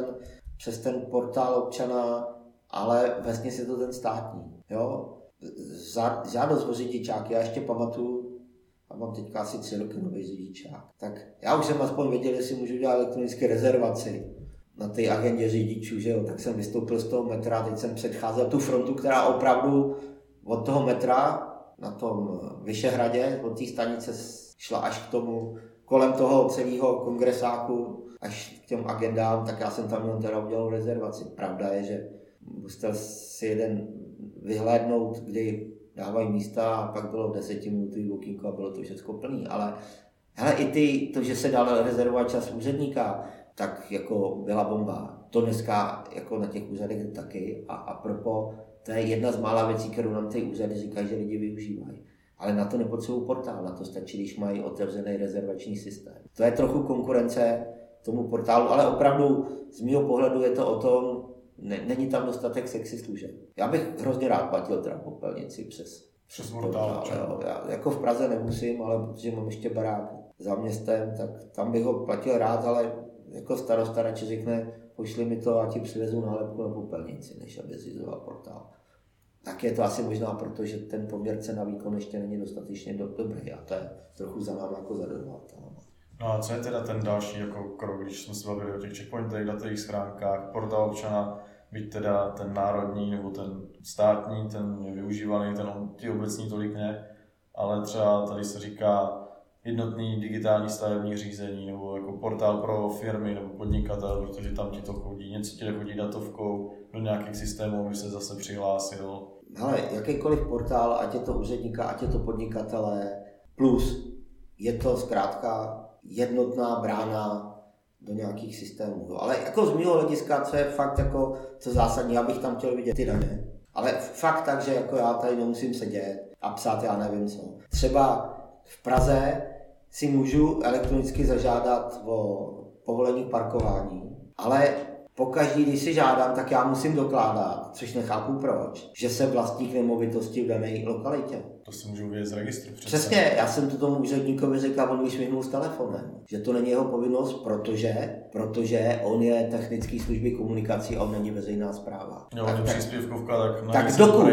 přes ten portál občana, ale vlastně je to ten státní. Jo. Žádost o řidičák, já ještě pamatuju, a mám teďka asi 3 roky nový řidičák, tak já už jsem aspoň věděl, jestli můžu dělat elektronické rezervaci na té agendě řidičů, že jo, tak jsem vystoupil z toho metra, teď jsem předcházel tu frontu, která opravdu od toho metra na tom Vyšehradě, od té stanice šla až k tomu, kolem toho celého kongresáku, až k těm agendám, tak já jsem tam měl teda udělal rezervaci. Pravda je, že musel si jeden vyhlédnout, kdy dávají místa a pak bylo 10minutový okýnko a bylo to všechno plný, ale hele, i to, že se dal rezervovat čas úředníka, tak jako byla bomba. To dneska jako na těch úřadech taky a propo, to je jedna z mála věcí, kterou nám ty úřady říkají, že lidi využívají. Ale na to nepotřebují portál, na to stačí, když mají otevřený rezervační systém. To je trochu konkurence tomu portálu, ale opravdu z mého pohledu je to o tom, není tam dostatek sexy služeb. Já bych hrozně rád platil teda popelnici přes portál. Já jako v Praze nemusím, ale protože mám ještě barák za městem, tak tam bych ho platil rád, ale jako starosta radši řekne, pošli mi to a ti přivezu nálepku na popelnici, než aby zřizoval portál. Tak je to asi možná proto, že ten poměr cena výkon ještě není dostatečně dobrý a to je trochu za námi jako za dodavatelem. No a co je teda ten další jako krok, když jsme se bavili o těch checkpointech, datových schránkách, portál občana, byť teda ten národní nebo ten státní, ten je využívaný, ty obecní tolik ne, ale třeba tady se říká jednotný digitální stavební řízení nebo jako portál pro firmy nebo podnikatele, protože tam ti to chodí, něco ti chodí datovkou do nějakých systémů, aby se zase přihlásil. Ale jakýkoliv portál, ať je to úředníka, ať je to podnikatele, plus je to zkrátka jednotná brána do nějakých systémů. Ale jako z mého hlediska, co je fakt jako co zásadní, já bych tam chtěl vidět ty daně. Ale fakt tak, že jako já tady nemusím sedět a psát já nevím co. Třeba v Praze si můžu elektronicky zažádat o povolení k parkování, ale pokaždý, když si žádám, tak já musím dokládat, což nechápu proč, že jsem vlastník nemovitosti v dané lokalitě. To si můžu vidět z registru. Přesně, já jsem to tomu úředníkovi říkal, on mi švihnul s telefonem, že to není jeho povinnost, protože on je technický služby komunikací a on není veřejná správa. Jo, on je příspěvkovka, tak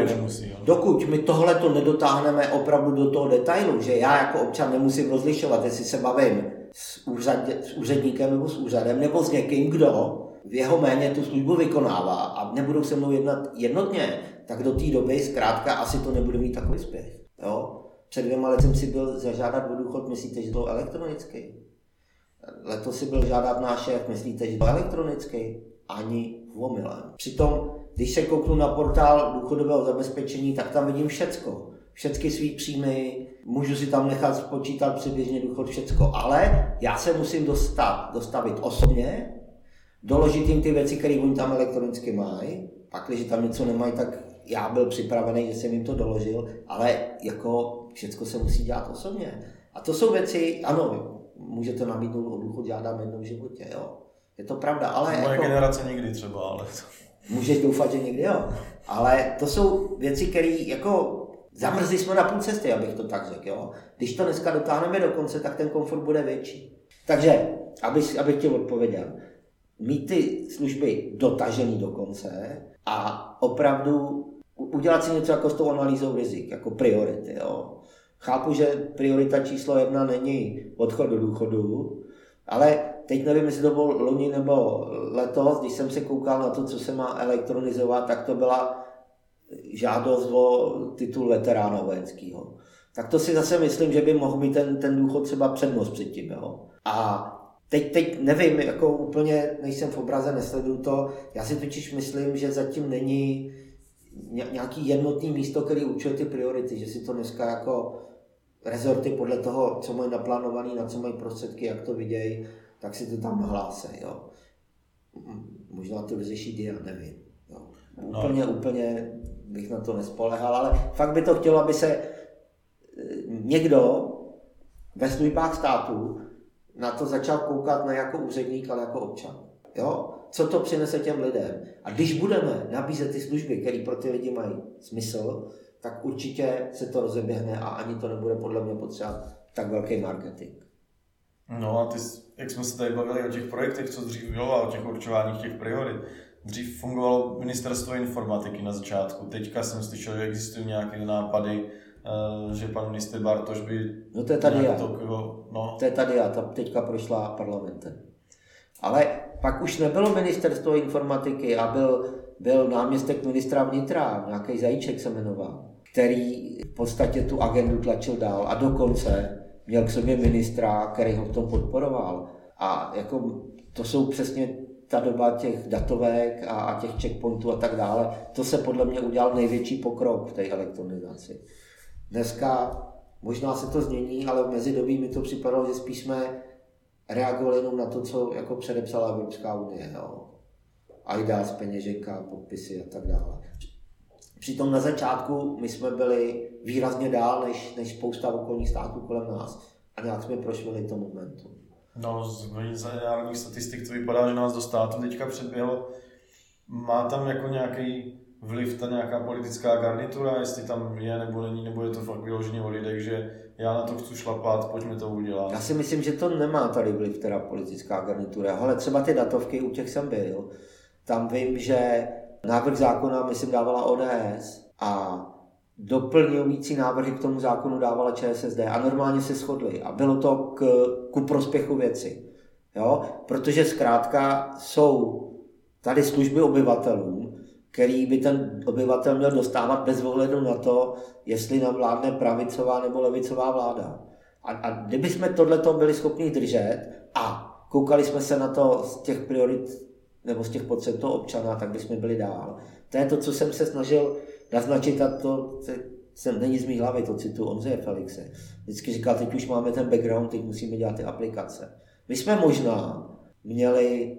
dokud my tohleto nedotáhneme opravdu do toho detailu, že já jako občan nemusím rozlišovat, jestli se bavím s úředníkem nebo s úřadem, nebo s někým, kdo v jeho jméně tu službu vykonává a nebudou se mnou jednat jednotně, tak do té doby zkrátka asi to nebude mít takový spěch. Jo? Před 2 lety jsem si byl zažádat o důchod, myslíte, že to elektronicky? Letos si byl žádat náš šéf, myslíte, že to elektronicky? Ani omylem. Přitom, když se kouknu na portál důchodového zabezpečení, tak tam vidím všecko. Všechny svý příjmy, můžu si tam nechat spočítat přibližně důchod, všecko, ale já se musím dostavit osobně, doložit jim ty věci, které oni tam elektronicky mají, pak, když tam něco nemají, tak já byl připravený, že jsem jim to doložil, ale jako všecko se musí dělat osobně. A to jsou věci, ano, můžete nabídnout o důchod, žádám jednou v životě, jo. Je to pravda, ale moje jako, generace nikdy třeba, ale... Můžeš doufat, že někdy jo. Ale to jsou věci, které jako zamrzli jsme na půl cesty, abych to tak řekl, jo. Když to dneska dotáhneme do konce, tak ten komfort bude větší. Takže, abych ti odpověděl, mít ty služby dotažený do konce a opravdu udělat si něco jako s tou analýzou rizik, jako priority. Jo. Chápu, že priorita číslo 1 není odchod do důchodu, ale teď nevím, jestli to bylo loni nebo letos, když jsem se koukal na to, co se má elektronizovat, tak to byla žádost o titul veterána vojenského. Tak to si zase myslím, že by mohl mít ten důchod třeba přednost předtím. Jo. A teď nevím, jako úplně nejsem v obraze, nesleduju to. Já si totiž myslím, že zatím není nějaký jednotný místo, který určuje ty priority, že si to dneska jako rezorty podle toho, co mají naplánovaný, na co mají prostředky, jak to vidějí, tak si to tam nahlásí. Jo. Možná to vyřeší DIA, nevím. Jo. Úplně bych na to nespolehal, ale fakt by to chtělo, aby se někdo ve službách státu na to začal koukat ne jako úředník, ale jako občan. Jo? Co to přinese těm lidem? A když budeme nabízet ty služby, které pro ty lidi mají smysl, tak určitě se to rozeběhne a ani to nebude podle mě potřeba tak velký marketing. No a jak jsme se tady bavili o těch projektech, co dřív bylo a o těch určováních těch priorit. Dřív fungovalo ministerstvo informatiky na začátku. Teďka jsem slyšel, že existují nějaké nápady, že pan ministr Bartoš by... No to je ta DIA. To je ta DIA, ta teďka prošla parlamentem. Ale pak už nebylo ministerstvo informatiky a byl náměstek ministra vnitra, nějaký Zajíček se jmenoval, který v podstatě tu agendu tlačil dál a dokonce měl k sobě ministra, který ho v tom podporoval. A jako to jsou přesně ta doba těch datovek a těch checkpointů a tak dále. To se podle mě udělal největší pokrok v té elektronizaci. Dneska možná se to změní, ale v mezidobí mi to připadalo, že spíš jsme reagovali jenom na to, co jako předepsala Evropská unie. Jo. AIDAS, peněženka, podpisy a tak dále. Přitom na začátku my jsme byli výrazně dál než spousta okolních států kolem nás a nějak jsme prošli to momentum. No, z mezinárodních statistik to vypadá, že nás do státu teďka předběhlo. Má tam jako nějaký vliv ta nějaká politická garnitura, jestli tam je nebo není, nebo je to fakt vyloženě o lidech, že já na to chci šlapat, pojďme to udělat. Já si myslím, že to nemá tady vliv teda politická garnitura, ale třeba ty datovky, u těch jsem byl. Tam vím, že návrh zákona, myslím, dávala ODS a doplňující návrhy k tomu zákonu dávala ČSSD a normálně se shodli a bylo to ku prospěchu věci. Jo? Protože zkrátka jsou tady služby obyvatelům, který by ten obyvatel měl dostávat bez ohledu na to, jestli nám vládne pravicová nebo levicová vláda. A kdybychom tohleto byli schopni držet a koukali jsme se na to z těch priorit nebo z těch potřeb toho občana, tak bychom byli dál. To je to, co jsem se snažil naznačit, a to není z mý hlavy, to cituji Ondřeje Felixe. Vždycky říkal, teď už máme ten background, teď musíme dělat ty aplikace. My jsme možná měli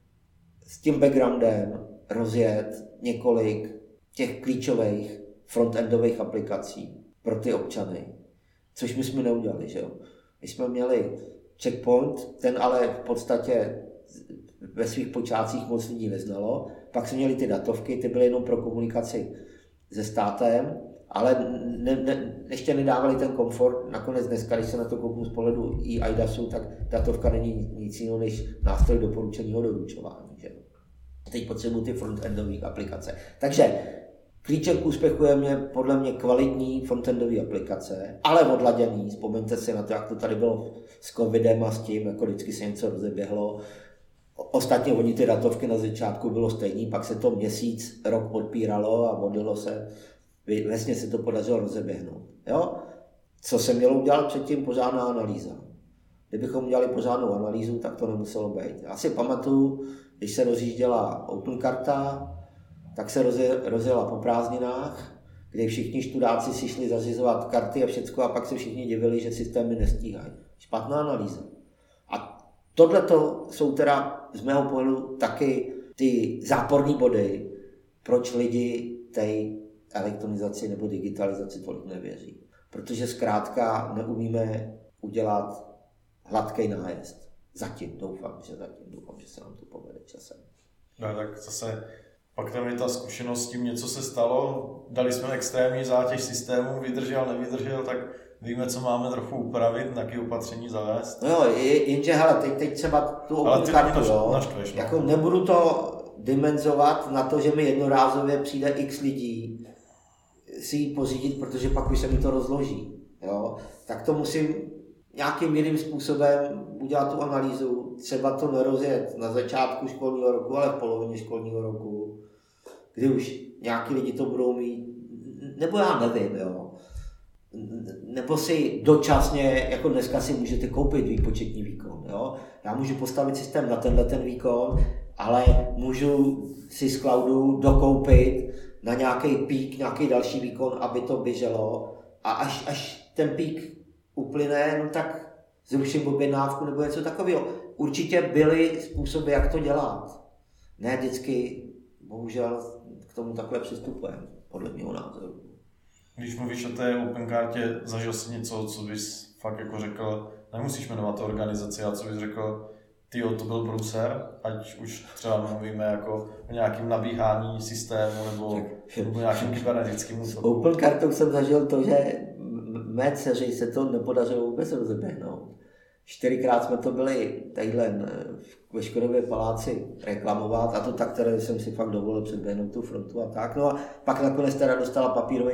s tím backgroundem rozjet několik těch klíčových frontendových aplikací pro ty občany, což my jsme neudělali, že jo. My jsme měli checkpoint, ten ale v podstatě ve svých počátcích moc lidí neznalo, pak jsme měli ty datovky, ty byly jenom pro komunikaci se státem, ale ještě nedávali ten komfort. Nakonec dneska, když se na to kouknu z pohledu eIDASu, tak datovka není nic jiného než nástroj doporučeného doručování. Že? Teď potřebuji ty frontendové aplikace. Takže klíčem k úspěchu je podle mě kvalitní frontendové aplikace, ale odladěný. Vzpomeňte si na to, jak to tady bylo s covidem a s tím, jako vždycky se něco rozeběhlo. Ostatně oni ty datovky na začátku bylo stejný, pak se to měsíc, rok podpíralo a modlilo se. Vlastně se to podařilo rozeběhnout. Jo? Co se mělo udělat předtím? Pořádná analýza. Kdybychom udělali pořádnou analýzu, tak to nemuselo být. Já si pamatuju, když se rozjížděla Openkarta, tak se rozjela po prázdninách, kdy všichni študáci si šli zařizovat karty a všecko a pak se všichni divili, že systémy nestíhají. Špatná analýza. A tohleto jsou teda z mého pohledu taky ty záporní body, proč lidi té elektronizaci nebo digitalizaci tolik nevěří. Protože zkrátka neumíme udělat hladký nájezd. Zatím doufám, že se nám to povede časem. No tak zase pak tam je ta zkušenost s tím, něco se stalo, dali jsme extrémní zátěž systému, vydržel, nevydržel, tak víme, co máme trochu upravit, nějaké opatření zavést. No jo, jenže hele, teď třeba tu Openkartu, jako nebudu to dimenzovat na to, že mi jednorázově přijde x lidí si ji pořídit, protože pak už se mi to rozloží. Jo? Tak to musím nějakým jiným způsobem udělat tu analýzu, třeba to nerozjet na začátku školního roku, ale v polovině školního roku, kdy už nějaký lidi to budou mít, nebo já nevím, jo. Nebo si dočasně, jako dneska si můžete koupit výpočetní výkon, jo. Já můžu postavit systém na ten výkon, ale můžu si z cloudu dokoupit na nějaký pík, nějaký další výkon, aby to běželo a až ten pík uplyne, no tak zruším objednávku nebo něco takového. Určitě byly způsoby, jak to dělat. Ne vždycky, bohužel, k tomu takhle přistupujeme, podle mého názoru. Když mluvíš o té Openkartě, zažil jsi něco, co bys fakt jako řekl, nemusíš jmenovat organizaci, ale co bys řekl, tyjo, to byl průser, ať už třeba mluvíme jako o nějakým nabíhání systému nebo nějakým kybernetickým útoku. S Openkartou jsem zažil to, že mé dceři se to nepodařilo vůbec rozeběhnout. 4krát jsme to byli tadyhle ve Škodově paláci reklamovat a to tak, které jsem si fakt dovolil předběhnout tu frontu a tak. No a pak nakonec teda dostala papírový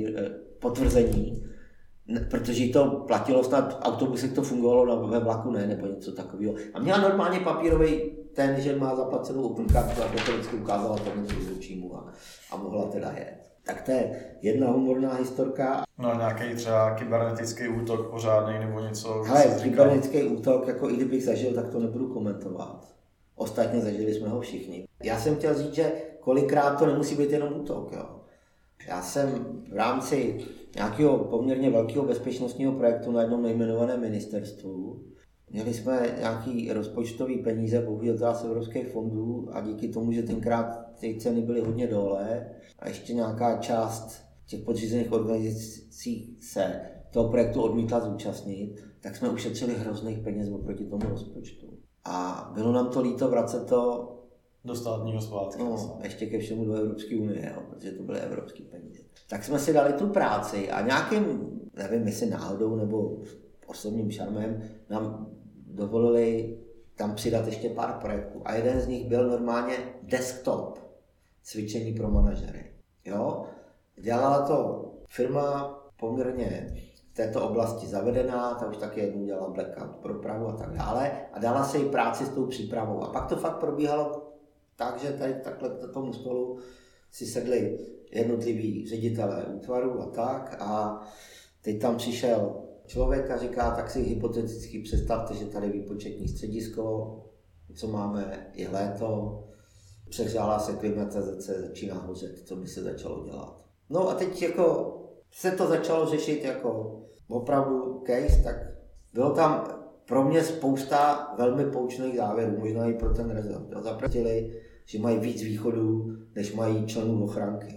potvrzení, protože jí to platilo, snad v autobusech to fungovalo, ve vlaku ne, nebo něco takového. A měla normálně papírový ten, že má zaplacenou Openkartu a to vždycky ukázala tomu rozhodčímu a mohla teda jet. Tak to je jedna humorná historka. No nějaký třeba kybernetický útok pořádný nebo něco? Hele, kybernetický útok, jako i kdybych zažil, tak to nebudu komentovat. Ostatně zažili jsme ho všichni. Já jsem chtěl říct, že kolikrát to nemusí být jenom útok. Jo. Já jsem v rámci nějakého poměrně velkého bezpečnostního projektu na jednom nejmenovaném ministerstvu. Měli jsme nějaký rozpočtový peníze, bohužel teda z evropských fondů a díky tomu, že tenkrát ty ceny byly hodně dole a ještě nějaká část těch podřízených organizací se toho projektu odmítla zúčastnit, tak jsme ušetřili hrozných peněz oproti tomu rozpočtu. A bylo nám to líto vracet to do státního zpátky. No, ještě ke všemu do Evropské unie, protože to byly evropské peníze. Tak jsme si dali tu práci a nějakým, nevím jestli náhodou nebo osobním šarmem, nám dovolili tam přidat ještě pár projektů. A jeden z nich byl normálně desktop cvičení pro manažery. Jo? Dělala to firma poměrně v této oblasti zavedená, ta už taky jednou dělala blackout pro Prahu a tak dále a dala se jí práci s tou přípravou. A pak to fakt probíhalo tak, že tady takhle na tomu stolu si sedli jednotliví ředitelé útvaru a tak a teď tam přišel člověk a říká, tak si hypoteticky představte, že tady výpočetní středisko, co máme, je léto, přehřála se klimatizace, začíná hořet, co by se začalo dělat. No a teď jako se to začalo řešit jako opravdu case, tak bylo tam pro mě spousta velmi poučných závěrů, možná i pro ten rezort. Zaplatili, že mají víc východů, než mají členů ochranky.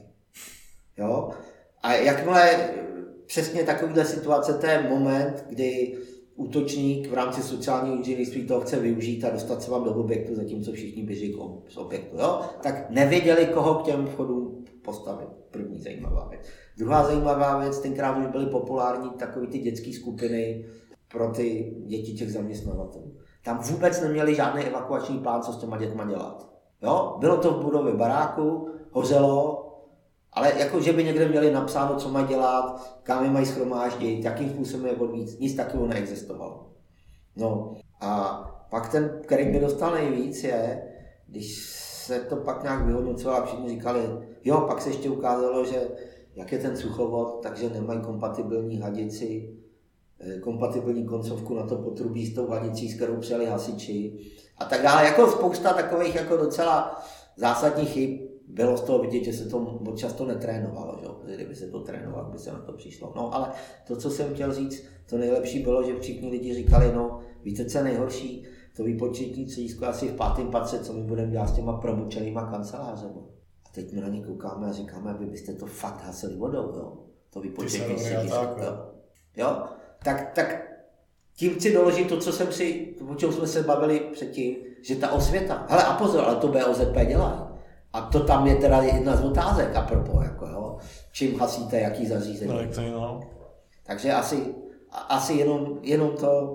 Jo? A jakmile přesně takovýhle situace, to je moment, kdy útočník v rámci sociálního inženýrství toho chce využít a dostat se vám do objektu, zatímco všichni běží z objektu. Jo? Tak nevěděli, koho k těm vchodům postavit. První zajímavá věc. Druhá zajímavá věc, tenkrát už byly populární takové ty dětské skupiny pro ty děti těch zaměstnavatelů. Tam vůbec neměli žádný evakuační plán, co s těma dětma dělat. Jo? Bylo to v budově baráku, hořelo, ale jako, že by někde měli napsáno, co mají dělat, kam je mají shromáždit, jakým způsobem je odvíc, nic takového neexistovalo. No a pak ten, který mě dostal nejvíc je, když se to pak nějak vyhodnocovalo a všichni říkali, jo, pak se ještě ukázalo, že jak je ten suchovod, takže nemají kompatibilní hadici, kompatibilní koncovku na to potrubí s tou hadicí, s kterou přijeli hasiči a tak dále. Jako spousta takových jako docela zásadních chyb. Bylo z toho vidět, že se to moc často netrénovalo, že? Protože kdyby se to trénovalo, by se na to přišlo. No ale to, co jsem chtěl říct, to nejlepší bylo, že všichni lidi říkali, no víte, co je nejhorší, to výpočetní středisko asi v 5. patře, co my budeme dělat s těma promučenýma kancelářema. A teď my na ně koukáme a říkáme, vy byste to fakt hasili vodou, jo? To výpočetní středisko. Jo? Tak tím chci doložit to, o čem jsme se bavili předtím, že ta osvěta, hele a pozor, ale to BOZP dělá. A to tam je teda jedna z otázek apropos, jako jo, čím hasíte, jaký zařízení. No. Takže asi jenom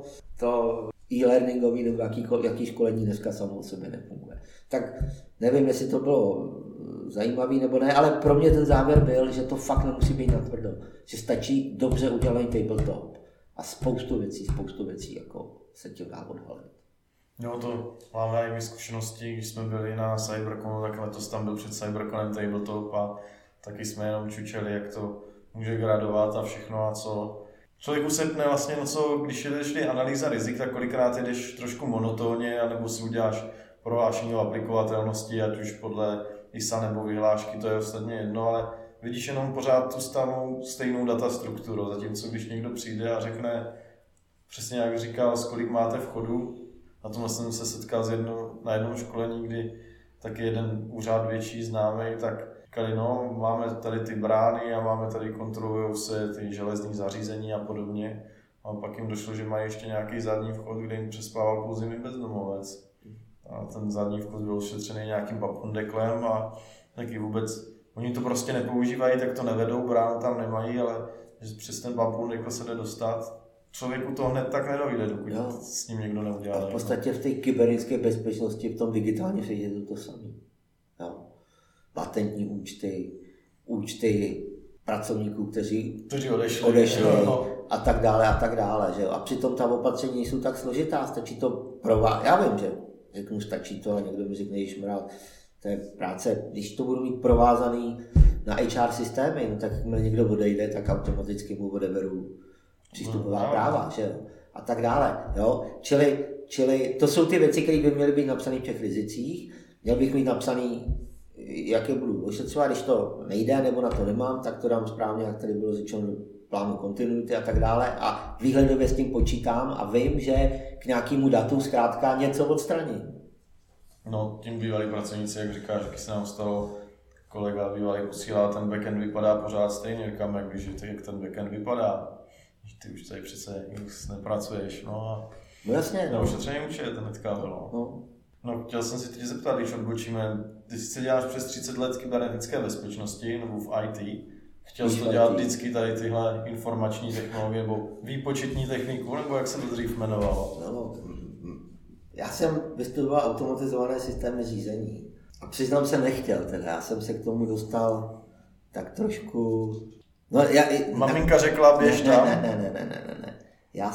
to e-learningový nebo jaký školení dneska samo o sobě nefunguje. Tak nevím, jestli to bylo zajímavý nebo ne, ale pro mě ten závěr byl, že to fakt nemusí být natvrdo, že stačí dobře udělaný tabletop a spoustu věcí jako se tím dá odhalit. Jo, to máme i my zkušenosti, když jsme byli na Cyberconu, tak letos tam byl před Cyberconem tabletop a taky jsme jenom čučeli, jak to může gradovat a všechno a co. Člověk usepne vlastně, no co, když jdeš analýza rizik, tak kolikrát jdeš trošku monotónně, anebo si uděláš prohlášení o aplikovatelnosti, ať už podle ISA nebo vyhlášky, to je ostatně jedno, ale vidíš jenom pořád tu stejnou datastrukturu, zatímco když někdo přijde a řekne, přesně jak říkal, kolik máte vchodu. Na tomhle jsem se setkal na jednom školení, kdy taky jeden úřad větší známý, tak říkali, no, máme tady ty brány a máme tady, kontrolujou se ty železní zařízení a podobně. A pak jim došlo, že mají ještě nějaký zadní vchod, kde jim přespával půl zimy bezdomovec. A ten zadní vchod byl ošetřený nějakým papundeklem a taky vůbec, oni to prostě nepoužívají, tak to nevedou, bránu tam nemají, ale že přes ten papundekl se jde dostat. Člověku to hned tak nedojde, dokud s ním někdo neudělá. A v podstatě v té kybernetické bezpečnosti, v tom digitálním světě je to samé. Patentní účty pracovníků, kteří odešli a tak dále. Že? A přitom ta opatření nejsou tak složitá, stačí to já vím, že řeknu stačí to a někdo mi řekne, že to je práce, když to budu mít provázaný na HR systémy, no tak jakmile někdo odejde, tak automaticky mu odeberu přístupová práva, že jo? A tak dále. Jo? Čili to jsou ty věci, které by měly být napsané v těch rizicích. Měl bych mít napsaný, jak je budu ošetřovat, když to nejde nebo na to nemám, tak to dám správně, jak tady bylo řečeno, do plánu kontinuity a tak dále. A výhledově s tím počítám a vím, že k nějakému datu zkrátka něco odstraním. No, tím bývalí pracovníci, jak říkáš, že se nám stalo, kolega bývalý posílá, ten backend vypadá pořád stejně, říkám, jak víš, jak ten backend vypadá. Ty už tady přece nepracuješ, no a no jasně, no. Ošetření účet hnedka bylo. No, chtěl jsem si teď zeptat, když odbočíme, ty si děláš přes 30 let kybernetické bezpečnosti, nebo v IT, chtěl jsi to dělat vždycky tady tyhle informační technologie, nebo výpočetní techniku, nebo jak se to dřív jmenovalo? No, já jsem vystudoval automatizované systémy řízení a přiznám se nechtěl teda, já jsem se k tomu dostal tak trošku... No, maminka řekla, běž tam. Ne. Já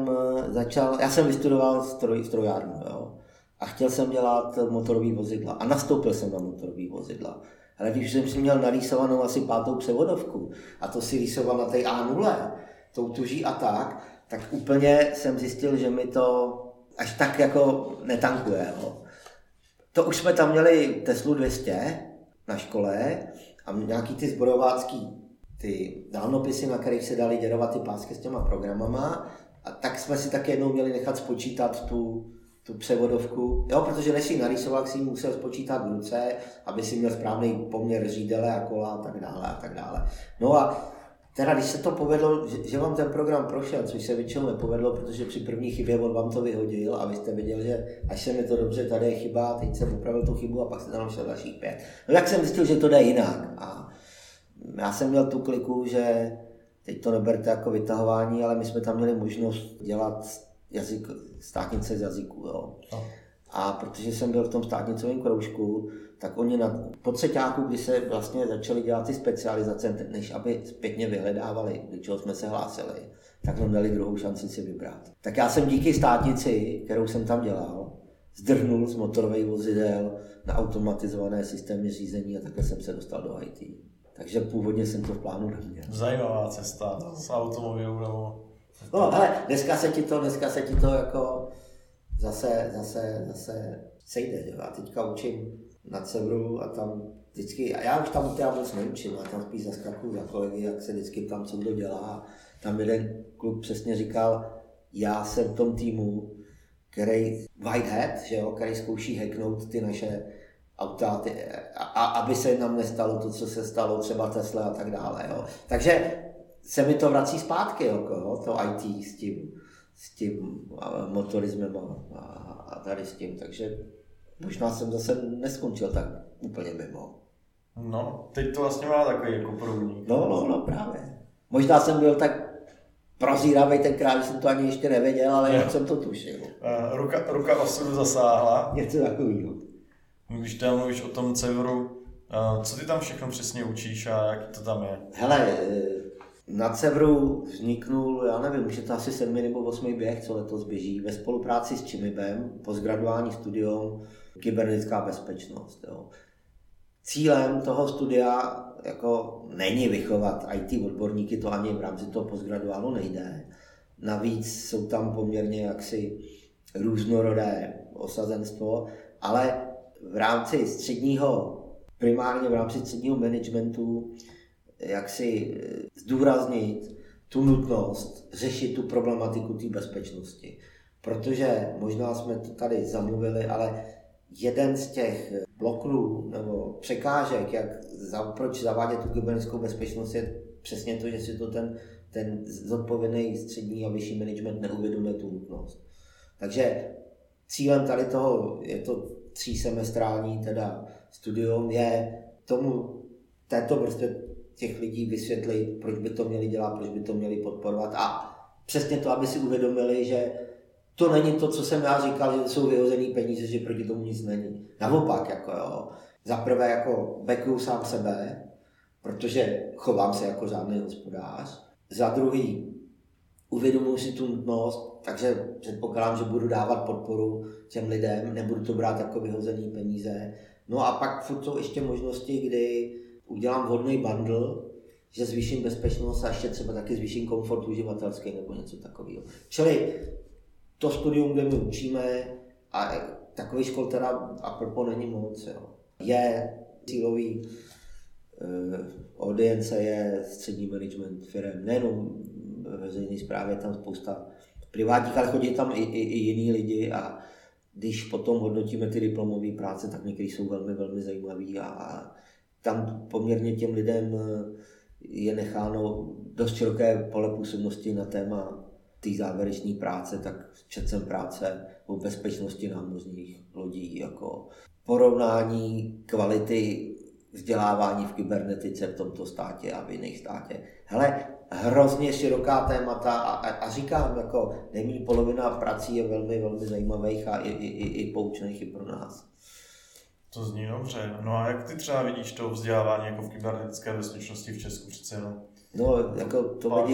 jsem vystudoval strojárnu, jo. A chtěl jsem dělat motorový vozidla a nastoupil jsem na motorový vozidla. Ale když jsem si měl narýsovanou asi 5. převodovku a to si rýsoval na té A0, tou tuží a tak úplně jsem zjistil, že mi to až tak jako netankuje. Jo. To už jsme tam měli Teslu 200 na škole a nějaký ty zbrojovácký ty dálnopisy, na kterých se daly děrovat ty pásky s těma programama, a tak jsme si tak jednou měli nechat spočítat tu převodovku, jo, protože než si narýsoval, si musel spočítat v ruce, aby si měl správný poměr řídele a kola a tak dále. No a teda když se to povedlo, že vám ten program prošel, což se většinou nepovedlo, protože při první chybě on vám to vyhodil a vy jste viděli, že až se mi to dobře, tady je chyba, teď jsem opravil tu chybu a pak se tam šel dalších 5. No tak jsem zjistil, že to jde jinak a já jsem měl tu kliku, že teď to neberte jako vytahování, ale my jsme tam měli možnost dělat státnice z jazyku. Jo. A protože jsem byl v tom státnicovém kroužku, tak oni po třeťáku, kdy se vlastně začali dělat ty specializace, než aby zpětně vyhledávali, do čeho jsme se hlásili, tak nám dali druhou šanci si vybrat. Tak já jsem díky státnici, kterou jsem tam dělal, zdrhnul z motorových vozidel na automatizované systémy řízení a takhle jsem se dostal do IT. Takže původně jsem to v plánu neměl. Zajímavá cesta s automobilou nebo... No, ale dneska se ti to jako zase sejde. Já teďka učím na Cevru a tam vždycky, a já už tam teda moc neučím, a tam spíš zaskakuju za kolegy, jak se vždycky tam co kdo dělá. Tam jeden kluk přesně říkal, já jsem v tom týmu, který Whitehead, že jo, který zkouší hacknout ty naše auta, aby se nám nestalo to, co se stalo třeba Tesla a tak dále. Jo. Takže se mi to vrací zpátky, jo, to IT s tím motorismem a tady s tím, takže možná jsem zase neskončil tak úplně mimo. No, teď to vlastně má takový jako průnik. No, právě. Možná jsem byl tak prozíravej tenkrát, že jsem to ani ještě nevěděl, ale jak jsem to tušil. Ruka osudu zasáhla. Něco takového. Když tam mluvíš o tom Cevru, co ty tam všechno přesně učíš a jak to tam je? Hele, na Cevru vzniknul, já nevím, už je to asi 7. nebo 8. běh, co letos běží, ve spolupráci s Čimibem, postgraduální studium kybernetická bezpečnost. Jo. Cílem toho studia jako není vychovat IT odborníky, to ani v rámci toho postgraduálu nejde. Navíc jsou tam poměrně jaksi různorodé osazenstvo, ale v rámci primárně v rámci středního managementu jak si zdůraznit tu nutnost řešit tu problematiku té bezpečnosti. Protože možná jsme to tady zamluvili, ale jeden z těch bloků nebo překážek, proč zavádět tu kybernetickou bezpečnost, je přesně to, že si to ten zodpovědný střední a vyšší management neuvědomuje tu nutnost. Takže cílem tady toho, je to 3semestrální teda studium, je této vrstě těch lidí vysvětlit, proč by to měli dělat, proč by to měli podporovat a přesně to, aby si uvědomili, že to není to, co jsem já říkal, že jsou vyhozený peníze, že proti tomu nic není. Naopak, jako jo. Za prvé jako backuju sám sebe, protože chovám se jako řádný hospodář. Za druhý uvědomuji si tu nutnost, takže předpokládám, že budu dávat podporu těm lidem, nebudu to brát jako vyhozený peníze. No a pak furt jsou ještě možnosti, kdy udělám vhodný bundle, že zvýším bezpečnost a ještě třeba taky zvýším komfort uživatelský nebo něco takového. Čili to studium, kde my učíme, a takový škol teda apropos není moc, jo. Je cílový audience, je střední management firem, nejenom ve veřejné správě, tam spousta privátních, ale chodí tam i jiní lidi a když potom hodnotíme ty diplomové práce, tak některý jsou velmi, velmi zajímavý a tam poměrně těm lidem je necháno dost široké pole působnosti na téma té závěrečné práce, tak četl jsem práce o bezpečnosti námořních lodí, jako porovnání kvality vzdělávání v kybernetice v tomto státě a v jiných státě. Hele, hrozně široká témata a říkám, jako nejméně polovina prací je velmi, velmi zajímavých a i poučných i pro nás. To zní dobře. No a jak ty třeba vidíš to vzdělávání jako v kybernetické bezpečnosti v Česku přece jenom? No, jako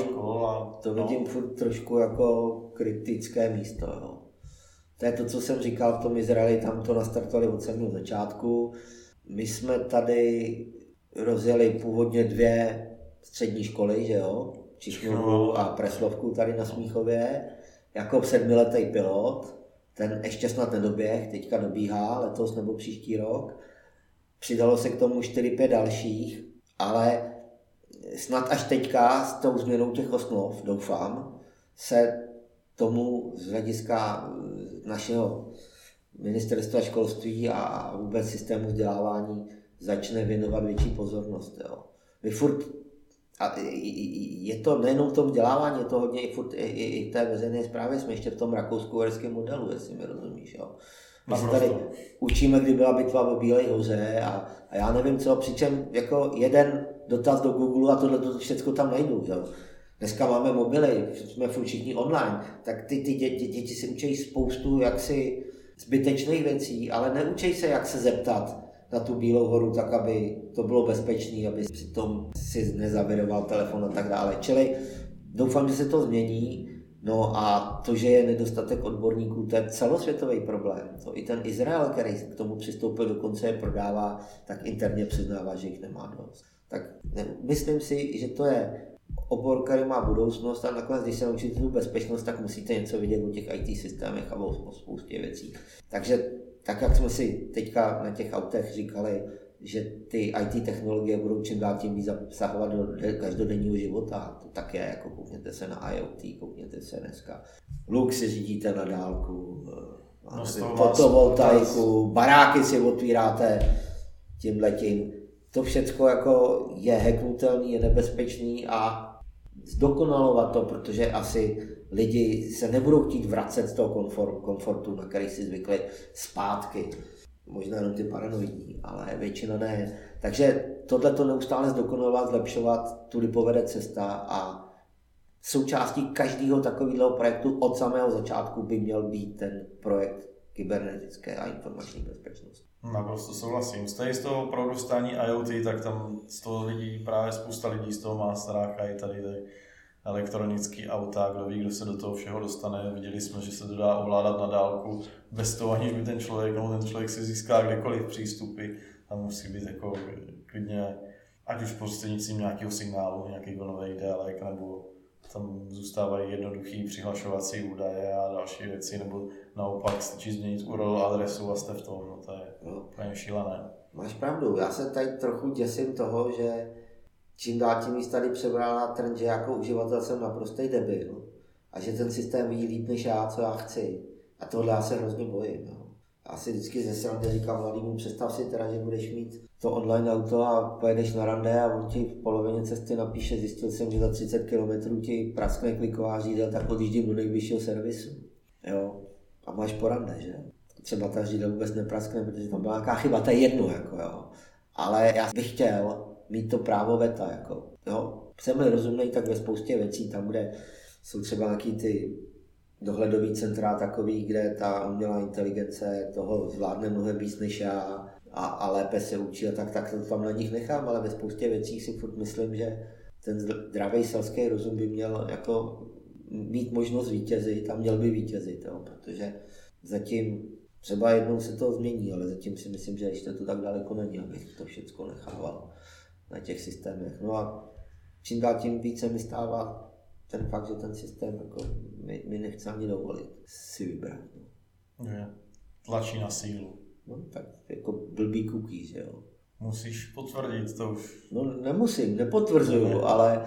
to vidím furt trošku jako kritické místo. Jo. To je to, co jsem říkal v tom Izraeli, tam to nastartovali od samého začátku. My jsme tady rozjeli původně 2 střední školy, že jo? Čišňovu a Preslovku tady na Smíchově, jako 7letý pilot. Ten ještě snad nedoběh, teďka dobíhá letos nebo příští rok. Přidalo se k tomu 4-5 dalších, ale snad až teďka s tou změnou těch osnov, doufám, se tomu z hlediska našeho ministerstva školství a vůbec systému vzdělávání začne věnovat větší pozornost. Jo. My furt, a je to nejenom v tom vzdělávání, je to hodně i v té veřejné správě, jsme ještě v tom rakousko-uherském modelu, jestli mi rozumíš. Jo. My se tady učíme, kdy byla bitva o Bílé hoře a já nevím co, přičem jako jeden dotaz do Google a tohle všechno tam najdu. Jo. Dneska máme mobily, jsme furt všichni online, tak ty děti si učí spoustu jaksi zbytečných věcí, ale neučí se, jak se zeptat na tu Bílou horu, tak aby to bylo bezpečné, aby přitom si nezaviroval telefon a tak dále. Čili doufám, že se to změní. No a to, že je nedostatek odborníků, to je celosvětový problém. To i ten Izrael, který k tomu přistoupil, dokonce je prodává, tak interně přiznává, že jich nemá dost. Tak myslím si, že to je obor, který má budoucnost a nakonec, když se naučíte tu bezpečnost, tak musíte něco vědět o těch IT systémech a o spoustě věcí. Takže tak, jak jsme si teďka na těch autech říkali, že ty IT technologie budou čím dál tím víc zasahovat do každodenního života. To tak je, jako koukněte se na IoT, koukněte se dneska. Luk si řídíte na dálku, fotovoltaiku, baráky si otvíráte tímhletím. To všechno jako je hacknutelný, je nebezpečný a zdokonalovat to, protože asi lidi se nebudou chtít vracet z toho komfortu, na který si zvykli zpátky. Možná jenom ty paranoidní, ale většina ne. Takže tohleto neustále zdokonalovat, zlepšovat, tudy povede cesta a součástí každého takového projektu od samého začátku by měl být ten projekt kybernetické a informační bezpečnosti. Naprosto souhlasím. Z toho opravdu stání IoT, tak tam z toho lidí, právě spousta lidí z toho má strach a i tady elektronický auta, kdo ví, kdo se do toho všeho dostane. Viděli jsme, že se to dá ovládat na dálku bez toho, aniž by ten člověk si získá kdekoliv přístupy. Tam musí být jako klidně, ať už prostřednictvím nějakého signálu, nějaký vlnový délek, nebo tam zůstávají jednoduchý přihlašovací údaje a další věci, nebo naopak stačí změnit URL adresu a jste v tom, no to je úplně šílené. Máš pravdu, já se tady trochu děsím toho, že čím dál tím víc tady přebrala trend, že jako uživatel jsem naprostý debil a že ten systém ví líp než já, co já chci. A tohle já se hrozně bojím. Jo. Já si vždycky ze srandy říkám mladýmu, představ si teda, že budeš mít to online auto a pojedeš na rande a on ti v polovině cesty napíše, zjistil jsem, že za 30 km ti praskne kliková řídel, tak odjíždím do nejbližšího servisu. Jo. A máš po rande, že? Třeba ta řídel vůbec nepraskne, protože tam byla nějaká chyba, to je jedno, jako jo. Ale já bych chtěl mít to právo veta, jako jo. Jsem-li rozumnej, tak ve spoustě věcí, tam, kde jsou třeba nějaký ty dohledový centra takový, kde ta umělá inteligence toho zvládne mnohem víc než já a lépe se učí a tak to tam na nich nechám, ale ve spoustě věcí si furt myslím, že ten zdravý selský rozum by měl jako mít možnost vítězit a měl by vítězit, jo, protože zatím třeba jednou se to změní, ale zatím si myslím, že ještě to tak daleko není, abych to všechno nechával na těch systémech. No a čím dál tím více mi stává ten fakt, že ten systém jako mi nechce ani dovolit si vybrat. No. Je. Tlačí na sílu. No tak jako blbý cookies, jo. Musíš potvrdit to už. No nemusím, nepotvrzuju,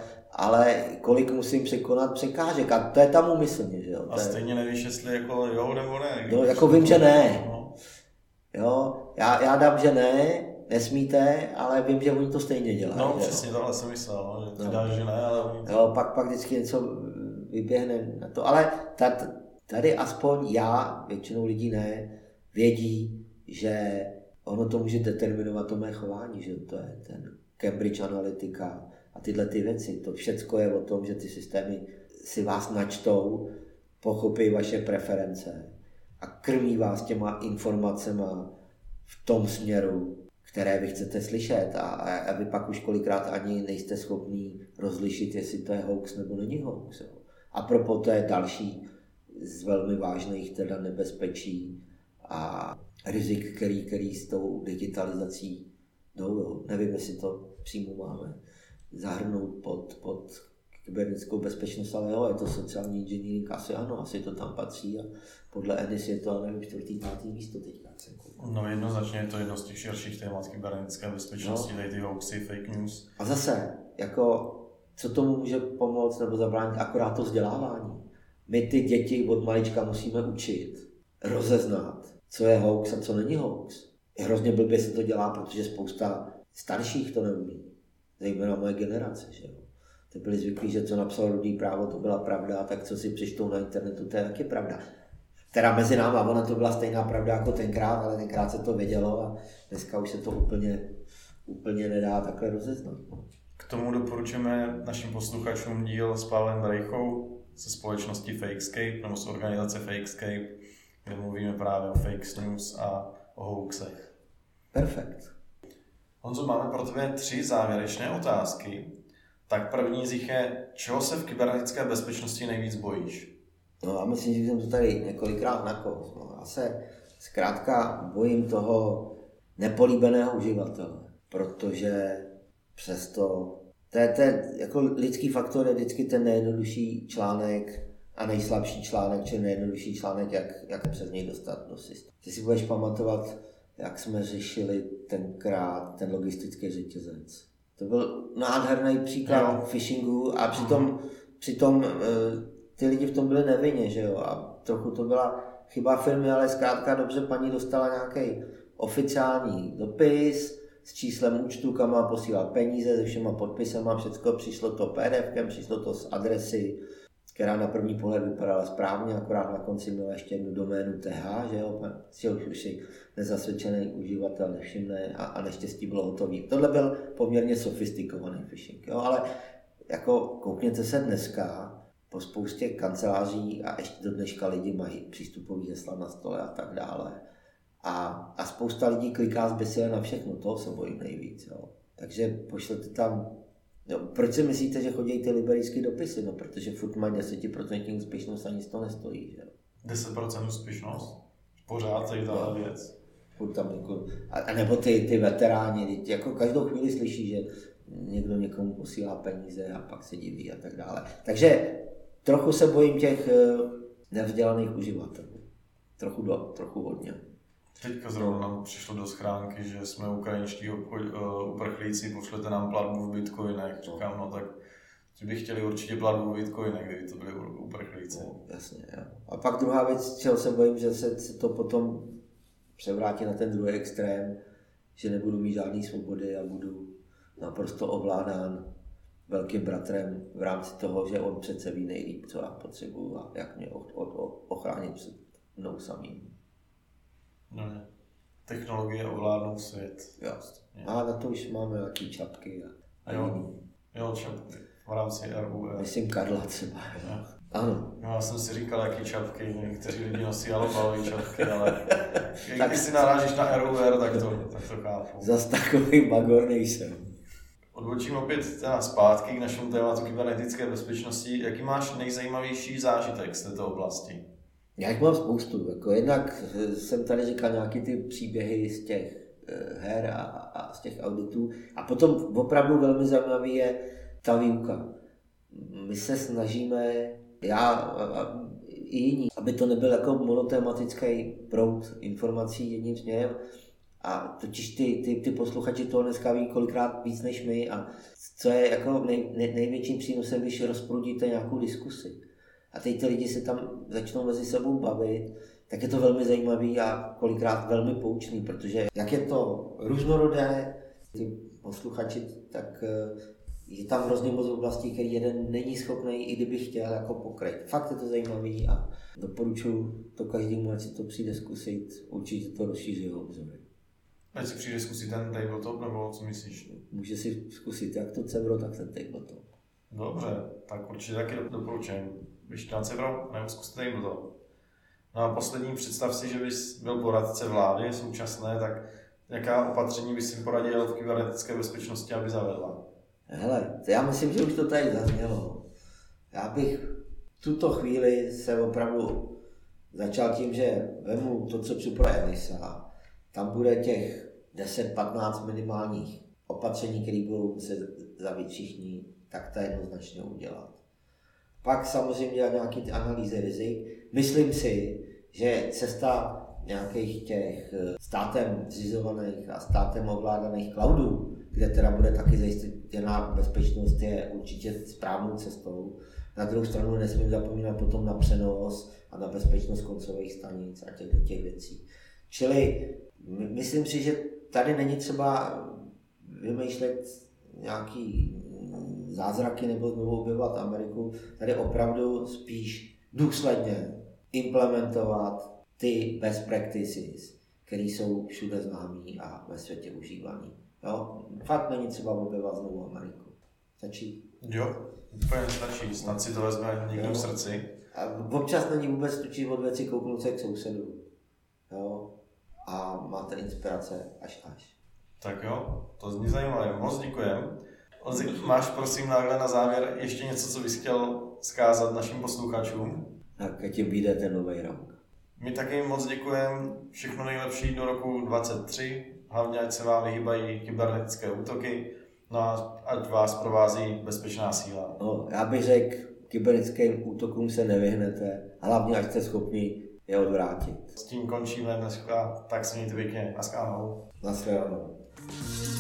ale kolik musím překonat překážek a to je tam úmyslně, že jo. A stejně nevíš, jestli jako jo nebo ne. No jako vím, že ne. No. Jo, já dám, že ne, nesmíte, ale vím, že oni to stejně dělají. No přesně tohle jsem myslel, no, že ty dáš, že ne, ale oni to... Jo, pak vždycky něco vyběhne na to, ale tady aspoň já, většinou lidí ne, vědí, že ono to může determinovat to mé chování, že to je ten Cambridge Analytica a tyhle ty věci. To všecko je o tom, že ty systémy si vás načtou, pochopí vaše preference a krmí vás těma informacema v tom směru, které vy chcete slyšet a vy pak už kolikrát ani nejste schopní rozlišit, jestli to je hoax nebo není hoax. Jo. A proto to je další z velmi vážných teda nebezpečí a rizik, který s tou digitalizací jdou. Jo. Nevím, jestli to přímo máme zahrnout pod kybernetickou bezpečnost, ale jo, je to sociální engineering, asi ano, asi to tam patří a podle ENIS je to, nevím, 4. 5. místo teďka. No jednoznačně je to jedno z těch širších témat kybernetické bezpečnosti, tady ty hoaxy, fake news. A zase, jako, co tomu může pomoct nebo zabránit, akorát to vzdělávání. My ty děti od malička musíme učit, rozeznat, co je hoax a co není hoax. Je hrozně blbě se to dělá, protože spousta starších to neumí. Zejména moje generace, že jo. Ty byli zvyklí, že co napsal Rudý právo, to byla pravda, tak co si přečtou na internetu, to je taky pravda. Teda mezi náma, ona to byla stejná pravda jako tenkrát, ale tenkrát se to vědělo a dneska už se to úplně nedá takhle rozeznat. K tomu doporučujeme našim posluchačům díl s Pavlem Brejchou ze společnosti Fakescape nebo z organizace Fakescape, kde mluvíme právě o fake news a o hoaxech. Perfekt. Honzo, máme pro tebe 3 závěrečné otázky. Tak první z nich je, čeho se v kybernetické bezpečnosti nejvíc bojíš? No a myslím, že jsem to tady několikrát nakous. No, já se zkrátka bojím toho nepolíbeného uživatele, protože přesto jako lidský faktor je vždycky ten nejjednodušší článek a nejslabší článek, či nejjednodušší článek, jak přes něj dostat do systému. Ty si budeš pamatovat, jak jsme řešili tenkrát ten logistický řetězec. To byl nádherný příklad phishingu a přitom ty lidi v tom byli nevinně, že jo, a trochu to byla chyba firmy, ale zkrátka dobře paní dostala nějaký oficiální dopis s číslem účtu, kam má posílat peníze, se všema podpisama, všecko, přišlo to PDFkem, přišlo to z adresy, která na první pohled vypadala správně, akorát na konci měla ještě jednu doménu TH, že jo, už si nezasvědčený uživatel nevšimne a neštěstí bylo hotový. Tohle byl poměrně sofistikovaný phishing, jo, ale jako koukněte se dneska, po spoustě kanceláří a ještě do dneška lidi mají přístupový hesla na stole a tak dále. A spousta lidí kliká zběsile na všechno, toho se bojím nejvíc. Jo. Takže pošlete tam. Jo, proč si myslíte, že chodí ty liberijské dopisy? No, protože furt mají 10% úspěšnost a nic to nestojí. Že? 10% úspěšnost? Pořád tady tahle věc. Furt tam jako, a nebo ty veteráni, jako každou chvíli slyší, že někdo někomu posílá peníze a pak se diví a tak dále. Takže trochu se bojím těch nevzdělaných uživatelů. Trochu hodně. Teďka zrovna nám přišlo do schránky, že jsme ukrajinští uprchlíci, pošlete nám platbu v bitcoinech. Říkám, no tak ti by chtěli určitě platbu v bitcoinech, kdyby to byli uprchlíci. No, jasně, jo. A pak druhá věc, čeho se bojím, že se to potom převrátí na ten druhý extrém, že nebudu mít žádný svobody a budu naprosto ovládán velkým bratrem v rámci toho, že on přece ví nejlíp, co já potřebuju a jak mě ochránit před mnou samým. No, technologie ovládnou svět. Jo. A na to už máme nějaký čapky a jiný. Jo, čapky v rámci RUE. Myslím Karla třeba. Jo. Ano. No, já jsem si říkal, jaký čapky, někteří lidi nosí alobalové čapky, ale když si narážíš na RUR, tak to chápu. Zas takový magor nejsem. Odbočím opět teda zpátky k našemu tématu kybernetické bezpečnosti. Jaký máš nejzajímavější zážitek z této oblasti? Já jich mám spoustu. Jednak jsem tady říkal nějaký ty příběhy z těch her a z těch auditů. A potom opravdu velmi zajímavý je ta výuka. My se snažíme, já a i jiní, aby to nebyl jako monotematický proud informací jedním směrem. A totiž ty posluchači toho dneska ví kolikrát víc než my. A co je jako největším přínosem, když rozprudíte nějakou diskusi. A teď ty lidi se tam začnou mezi sebou bavit, tak je to velmi zajímavý a kolikrát velmi poučný, protože jak je to různorodé, ty posluchači, tak je tam hrozně moc oblastí, který jeden není schopný, i kdyby chtěl, jako pokryt. Fakt je to zajímavý a doporučuji to každému, ať si to přijde zkusit, určitě to rozšíří jeho obzory. Ať si přijde zkusit ten tabletop, nebo co myslíš? Může si zkusit jak to Cevro, tak ten tabletop. Dobře, tak určitě taky doporučuji. Když na Cevro, nebo zkuste tabletop. No a poslední, představ si, že bys byl poradce vlády současné, tak jaká opatření bys jim poradil v kybernetické bezpečnosti, aby zavedla? Hele, já myslím, že už to tady zaznělo. Já bych tuto chvíli se opravdu začal tím, že vemu to, co připravuje ENISA. Tam bude těch 10-15 minimálních opatření, které budou se zavít všichni, tak to jednoznačně udělat. Pak samozřejmě dělat nějaké analýzy rizik. Myslím si, že cesta nějakých těch státem zřizovaných a státem ovládaných cloudů, kde teda bude taky zajištěná bezpečnost, je určitě správnou cestou. Na druhou stranu nesmím zapomínat potom na přenos a na bezpečnost koncových stanic a těch věcí. Čili myslím si, že tady není třeba vymýšlet nějaký zázraky nebo znovu objevovat Ameriku. Tady opravdu spíš důsledně implementovat ty best practices, které jsou všude známý a ve světě užívaný. Jo? Fakt není třeba objevovat znovu Ameriku. Stačí? Jo, úplně stačí. Snad si to vezme někdo v srdci. A občas není vůbec tučit od věci, kouknout se k sousedu. Jo? A máte inspirace až. Tak jo, to zní zajímavé. Moc děkujem. Honzi, máš prosím náhle na závěr ještě něco, co bys chtěl vzkázat našim posluchačům? Tak ať jim vyjde ten nový rok. My taky moc děkujeme. Všechno nejlepší do roku 2023. Hlavně ať se vám vyhýbají kybernetické útoky. No a ať vás provází bezpečná síla. No, já bych řekl, kybernetickým útokům se nevyhnete. Hlavně ať jste schopni je odvrátit. S tím končíme dneska, tak se mějte pěkně. Naschledanou. Naschledanou.